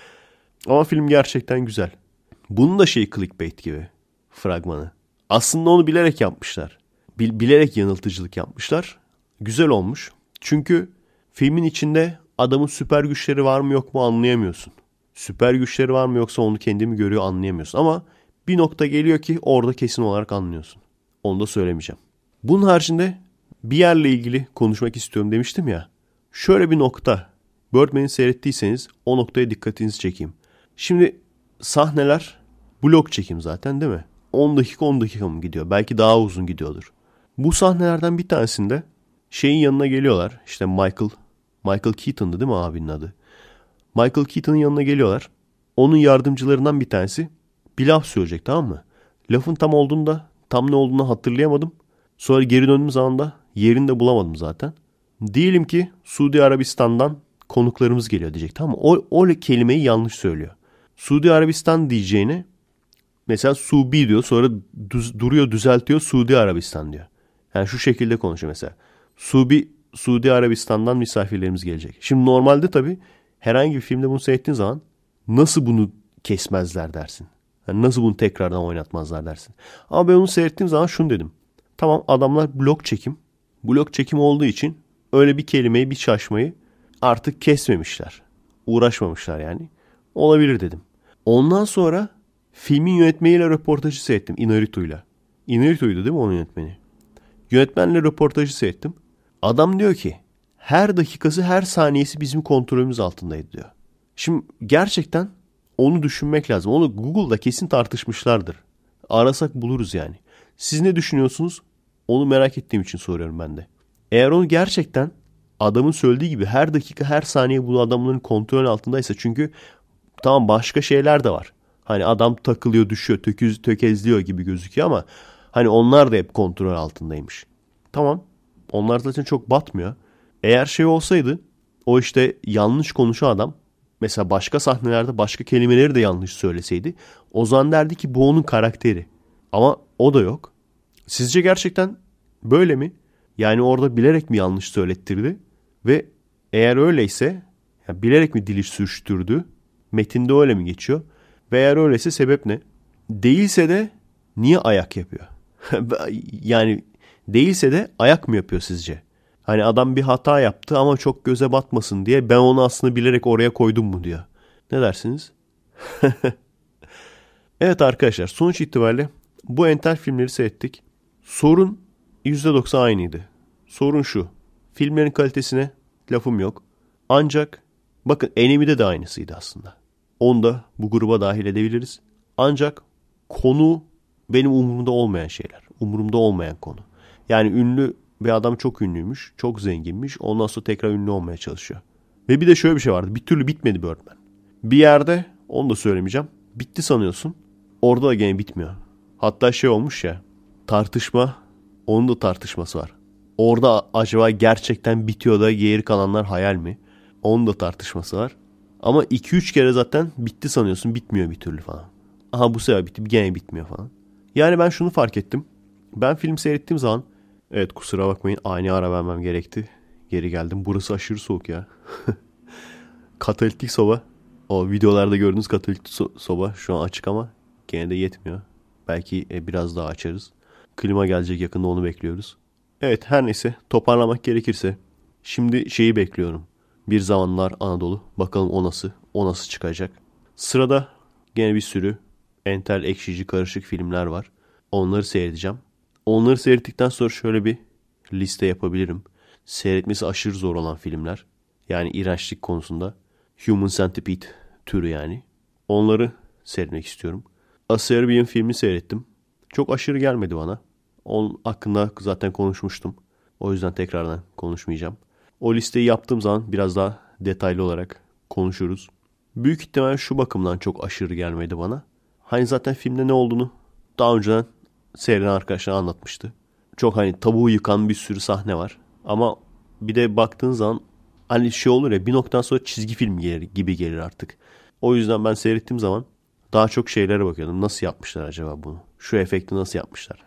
Speaker 1: Ama film gerçekten güzel. Bunun da şey clickbait gibi fragmanı. Aslında onu bilerek yapmışlar. Bil, bilerek yanıltıcılık yapmışlar. Güzel olmuş. Çünkü filmin içinde adamın süper güçleri var mı yok mu anlayamıyorsun. Süper güçleri var mı yoksa onu kendi mi görüyor anlayamıyorsun. Ama bir nokta geliyor ki orada kesin olarak anlıyorsun. Onu da söylemeyeceğim. Bunun haricinde bir yerle ilgili konuşmak istiyorum demiştim ya. Şöyle bir nokta. Birdman'i seyrettiyseniz o noktaya dikkatinizi çekeyim. Şimdi sahneler blok çekim zaten değil mi? on dakika on dakika mı gidiyor? Belki daha uzun gidiyordur. Bu sahnelerden bir tanesinde şeyin yanına geliyorlar. İşte Michael, Michael Keaton'dı değil mi abinin adı? Michael Keaton'ın yanına geliyorlar. Onun yardımcılarından bir tanesi bir laf söyleyecek, tamam mı? Lafın tam olduğunda, tam ne olduğunu hatırlayamadım. Sonra geri döndüğüm zaman da yerini de bulamadım zaten. Diyelim ki Suudi Arabistan'dan konuklarımız geliyor diyecek, tamam mı? O, o kelimeyi yanlış söylüyor. Suudi Arabistan diyeceğini mesela Subi diyor, sonra düz, duruyor düzeltiyor Suudi Arabistan diyor. Yani şu şekilde konuşuyor mesela. Subi, Suudi Arabistan'dan misafirlerimiz gelecek. Şimdi normalde tabii herhangi bir filmde bunu seyrettiğin zaman nasıl bunu kesmezler dersin. Yani nasıl bunu tekrardan oynatmazlar dersin. Ama ben onu seyrettiğim zaman şunu dedim. Tamam, adamlar blok çekim. Blok çekim olduğu için öyle bir kelimeyi, bir şaşmayı artık kesmemişler. Uğraşmamışlar yani. Olabilir dedim. Ondan sonra filmin yönetmeniyle röportajı seyrettim. Inarritu'yla. Inarritu'ydu değil mi onun yönetmeni? Yönetmenle röportajı seyrettim. Adam diyor ki her dakikası, her saniyesi bizim kontrolümüz altındaydı diyor. Şimdi gerçekten onu düşünmek lazım. Onu Google'da kesin tartışmışlardır. Arasak buluruz yani. Siz ne düşünüyorsunuz? Onu merak ettiğim için soruyorum ben de. Eğer onu gerçekten adamın söylediği gibi her dakika, her saniye bu adamların kontrol altındaysa, çünkü tamam başka şeyler de var. Hani adam takılıyor, düşüyor, töküz, tökezliyor gibi gözüküyor ama hani onlar da hep kontrol altındaymış. Tamam. Onlar zaten çok batmıyor. Eğer şey olsaydı, o işte yanlış konuşan adam mesela başka sahnelerde başka kelimeleri de yanlış söyleseydi, o zaman derdi ki bu onun karakteri. Ama o da yok. Sizce gerçekten böyle mi? Yani orada bilerek mi yanlış söylettirdi? Ve eğer öyleyse yani bilerek mi dili sürçtürdü? Metinde öyle mi geçiyor? Ve eğer öyleyse sebep ne? Değilse de niye ayak yapıyor? Yani değilse de ayak mı yapıyor sizce? Hani adam bir hata yaptı ama çok göze batmasın diye ben onu aslında bilerek oraya koydum mu diyor. Ne dersiniz? Evet arkadaşlar, sonuç itibariyle bu entel filmleri seyrettik. Sorun yüzde doksan aynıydı. Sorun şu. Filmlerin kalitesine lafım yok. Ancak bakın Enemy'de de aynısıydı aslında. Onu da bu gruba dahil edebiliriz. Ancak konu benim umurumda olmayan şeyler. Umurumda olmayan konu. Yani ünlü bir adam çok ünlüymüş. Çok zenginmiş. Ondan sonra tekrar ünlü olmaya çalışıyor. Ve bir de şöyle bir şey vardı. Bir türlü bitmedi Birdman. Bir yerde, onu da söylemeyeceğim, bitti sanıyorsun. Orada da gene bitmiyor. Hatta şey olmuş ya, tartışma, onun da tartışması var. Orada acaba gerçekten bitiyor da geri kalanlar hayal mi? Onun da tartışması var. Ama iki üç kere zaten bitti sanıyorsun, bitmiyor bir türlü falan. Aha bu sefer bitti, gene bitmiyor falan. Yani ben şunu fark ettim. Ben film seyrettiğim zaman, evet kusura bakmayın ani ara vermem gerekti. Geri geldim. Burası aşırı soğuk ya. Katalitik soba. O videolarda gördüğünüz Katolik so- soba şu an açık ama gene de yetmiyor. Belki e, biraz daha açarız. Klima gelecek yakında, onu bekliyoruz. Evet, her neyse, toparlamak gerekirse şimdi şeyi bekliyorum. Bir Zamanlar Anadolu. Bakalım o nasıl, o nasıl çıkacak. Sırada gene bir sürü entel, ekşici, karışık filmler var. Onları seyredeceğim. Onları seyrettikten sonra şöyle bir liste yapabilirim. Seyretmesi aşırı zor olan filmler. Yani iğrençlik konusunda. Human Centipede türü yani. Onları seyretmek istiyorum. A Serbian filmi seyrettim. Çok aşırı gelmedi bana. Onun hakkında zaten konuşmuştum. O yüzden tekrardan konuşmayacağım. O listeyi yaptığım zaman biraz daha detaylı olarak konuşuruz. Büyük ihtimal şu bakımdan çok aşırı gelmedi bana. Hani zaten filmde ne olduğunu daha önceden seyreden arkadaşlar anlatmıştı. Çok hani tabuğu yıkan bir sürü sahne var. Ama bir de baktığın zaman hani şey olur ya, bir noktadan sonra çizgi film gelir, gibi gelir artık. O yüzden ben seyrettiğim zaman daha çok şeylere bakıyordum. Nasıl yapmışlar acaba bunu? Şu efekti nasıl yapmışlar?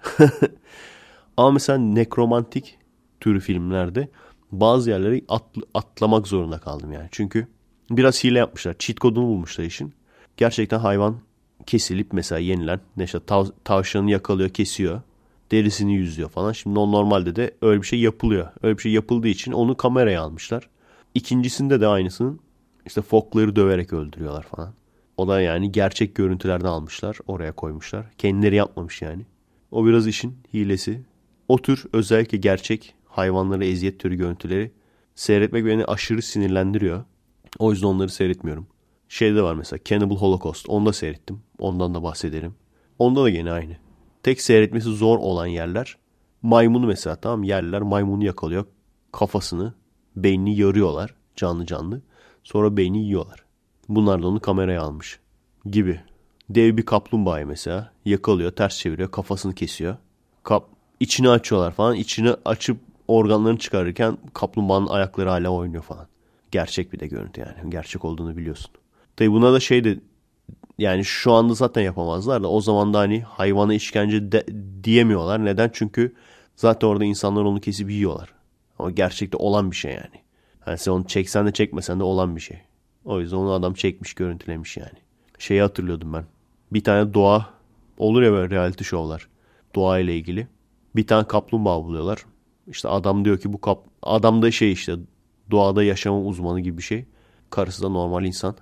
Speaker 1: Ama mesela nekromantik türü filmlerde bazı yerleri atl- atlamak zorunda kaldım yani. Çünkü biraz hile yapmışlar. Cheat kodunu bulmuşlar işin. Gerçekten hayvan kesilip mesela yenilen, ne işte tav- tavşanı yakalıyor, kesiyor. Derisini yüzüyor falan. Şimdi o normalde de öyle bir şey yapılıyor. Öyle bir şey yapıldığı için onu kameraya almışlar. İkincisinde de aynısının işte fokları döverek öldürüyorlar falan. O da yani gerçek görüntülerden almışlar. Oraya koymuşlar. Kendileri yapmamış yani. O biraz işin hilesi. O tür özellikle gerçek hayvanlara eziyet türü görüntüleri seyretmek beni aşırı sinirlendiriyor. O yüzden onları seyretmiyorum. Şeyde var mesela Cannibal Holocaust. Onu da seyrettim. Ondan da bahsederim. Onda da gene aynı. Tek seyretmesi zor olan yerler. Maymunu mesela, tamam, yerler maymunu yakalıyor. Kafasını, beynini yarıyorlar canlı canlı. Sonra beyni yiyorlar. Bunlar da onu kameraya almış gibi. Dev bir kaplumbağayı mesela yakalıyor, ters çeviriyor, kafasını kesiyor. Kap içini açıyorlar falan. İçini açıp organlarını çıkarırken kaplumbağanın ayakları hala oynuyor falan. Gerçek bir de görüntü yani. Gerçek olduğunu biliyorsun. Tabi buna da şey de, yani şu anda zaten yapamazlar da o zaman da hani hayvana işkence de, diyemiyorlar. Neden? Çünkü zaten orada insanlar onu kesip yiyorlar. Ama gerçekte olan bir şey yani. Yani sen onu çeksen de çekmesen de olan bir şey. O yüzden onu adam çekmiş, görüntülemiş yani. Şeyi hatırlıyordum ben. Bir tane doğa olur ya, böyle reality show'lar. Doğa ile ilgili. Bir tane kaplumbağa buluyorlar. İşte adam diyor ki bu kap adam da şey işte doğada yaşama uzmanı gibi bir şey. Karısı da normal insan.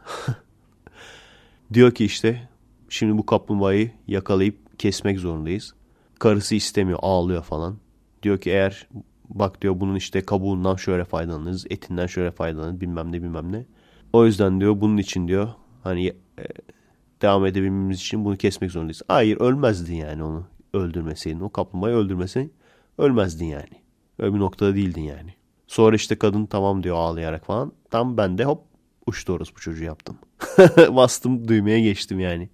Speaker 1: Diyor ki işte şimdi bu kaplumbağayı yakalayıp kesmek zorundayız. Karısı istemiyor, ağlıyor falan. Diyor ki eğer bak diyor bunun işte kabuğundan şöyle faydalanırız, etinden şöyle faydalanırız, bilmem ne bilmem ne. O yüzden diyor bunun için diyor hani e, devam edebilmemiz için bunu kesmek zorundayız. Hayır, ölmezdin yani onu öldürmeseydin. O kaplumbağayı öldürmeseydin ölmezdin yani. Öyle bir noktada değildin yani. Sonra işte kadın tamam diyor ağlayarak falan. Tam ben de hop uçtu orospu çocuğu yaptım. Bastım düğmeye geçtim yani.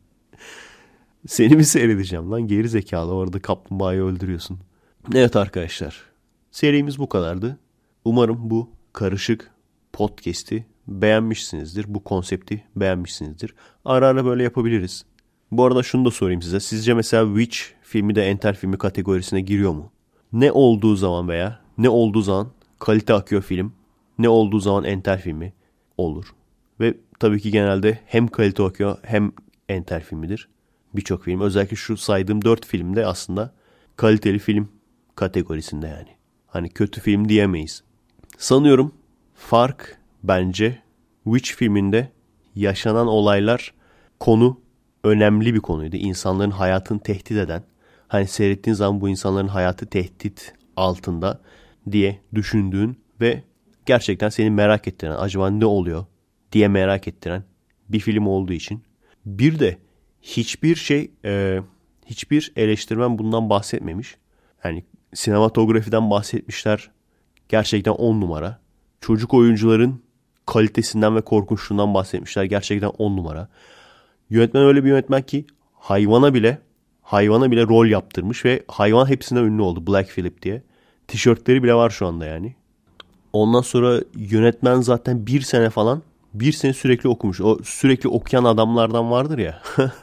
Speaker 1: Seni mi seyredeceğim lan, geri zekalı, orada kaplumbağayı öldürüyorsun. Evet arkadaşlar, serimiz bu kadardı. Umarım bu karışık podcast'i beğenmişsinizdir. Bu konsepti beğenmişsinizdir. Ara ara böyle yapabiliriz. Bu arada şunu da sorayım size. Sizce mesela Witch filmi de entel filmi kategorisine giriyor mu? Ne olduğu zaman veya ne olduğu zaman kalite akıyor film. Ne olduğu zaman entel filmi olur. Ve tabii ki genelde hem kalite akıyor hem entel filmidir. Birçok film. Özellikle şu saydığım dört filmde aslında kaliteli film kategorisinde yani. Hani kötü film diyemeyiz. Sanıyorum fark bence Witch filminde yaşanan olaylar, konu önemli bir konuydu. İnsanların hayatını tehdit eden, hani seyrettiğin zaman bu insanların hayatı tehdit altında diye düşündüğün ve gerçekten seni merak ettiren, acaba ne oluyor diye merak ettiren bir film olduğu için. Bir de hiçbir şey, e, hiçbir eleştirmen bundan bahsetmemiş. Yani sinematografiden bahsetmişler. Gerçekten on numara. Çocuk oyuncuların kalitesinden ve korkunçluğundan bahsetmişler. Gerçekten on numara. Yönetmen öyle bir yönetmen ki hayvana bile hayvana bile rol yaptırmış ve hayvan hepsinden ünlü oldu. Black Phillip diye. Tişörtleri bile var şu anda yani. Ondan sonra yönetmen zaten bir sene falan bir sene sürekli okumuş. O sürekli okuyan adamlardan vardır ya.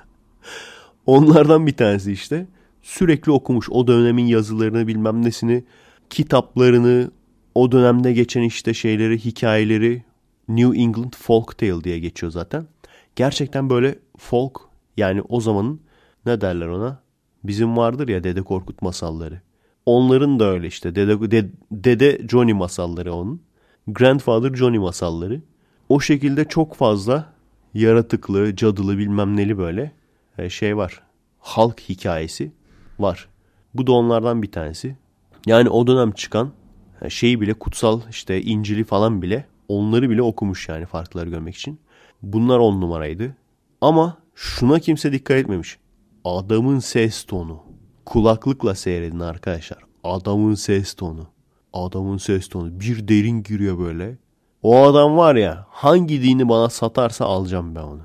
Speaker 1: Onlardan bir tanesi işte. Sürekli okumuş. O dönemin yazılarını, bilmem nesini, kitaplarını, o dönemde geçen işte şeyleri, hikayeleri, New England Folk Tale diye geçiyor zaten. Gerçekten böyle folk, yani o zamanın ne derler ona? Bizim vardır ya Dede Korkut masalları. Onların da öyle işte. Dede, Dede, Dede Johnny masalları onun. Grandfather Johnny masalları. O şekilde çok fazla yaratıklı, cadılı bilmem neli böyle şey var. Halk hikayesi var. Bu da onlardan bir tanesi. Yani o dönem çıkan şeyi bile, kutsal işte İncil'i falan bile, onları bile okumuş yani farkları görmek için. Bunlar on numaraydı. Ama şuna kimse dikkat etmemiş. Adamın ses tonu. Kulaklıkla seyredin arkadaşlar. Adamın ses tonu. Adamın ses tonu. Bir derin giriyor böyle. O adam var ya, hangi dini bana satarsa alacağım ben onu.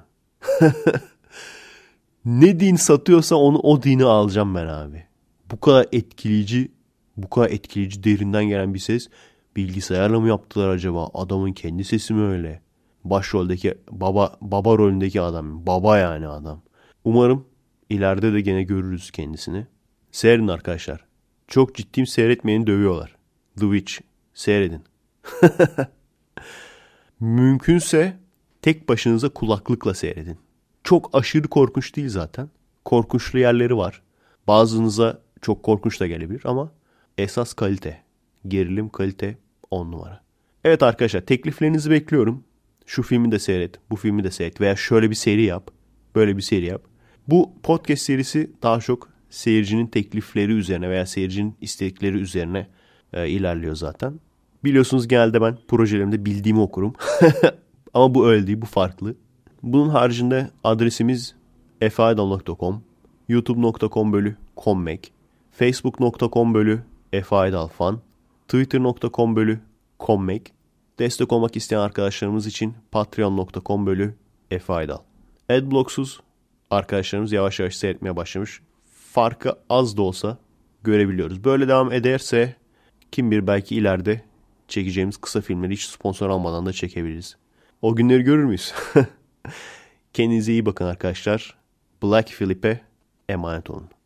Speaker 1: Ne din satıyorsa onu, o dini alacağım ben abi. Bu kadar etkileyici, bu kadar etkileyici derinden gelen bir ses. Bilgisayarla mı yaptılar acaba? Adamın kendi sesi mi öyle? Başroldeki baba, baba rolündeki adam. Baba yani adam. Umarım ileride de gene görürüz kendisini. Seyredin arkadaşlar. Çok ciddiyim, seyretmeyeni dövüyorlar. The Witch. Seyredin. Mümkünse tek başınıza kulaklıkla seyredin. Çok aşırı korkunç değil zaten. Korkunçlu yerleri var. Bazınıza çok korkunç da gelebilir ama esas kalite. Gerilim kalite on numara. Evet arkadaşlar, tekliflerinizi bekliyorum. Şu filmi de seyret, bu filmi de seyret veya şöyle bir seri yap, böyle bir seri yap. Bu podcast serisi daha çok seyircinin teklifleri üzerine veya seyircinin istekleri üzerine e, ilerliyor zaten. Biliyorsunuz genelde ben projelerimde bildiğimi okurum. Ama bu öyle değil, bu farklı. Bunun haricinde adresimiz efaydal nokta com, youtube nokta com bölü kommek, facebook nokta com bölü efaydalfan, twitter nokta com bölü kommek, destek olmak isteyen arkadaşlarımız için patreon nokta com bölü efaydal. Adblocksuz arkadaşlarımız yavaş yavaş seyretmeye başlamış. Farkı az da olsa görebiliyoruz. Böyle devam ederse kim bilir belki ileride çekeceğimiz kısa filmleri hiç sponsor almadan da çekebiliriz. O günleri görür müyüz? Kendinize iyi bakın arkadaşlar. Black Phillip'e emanet olun.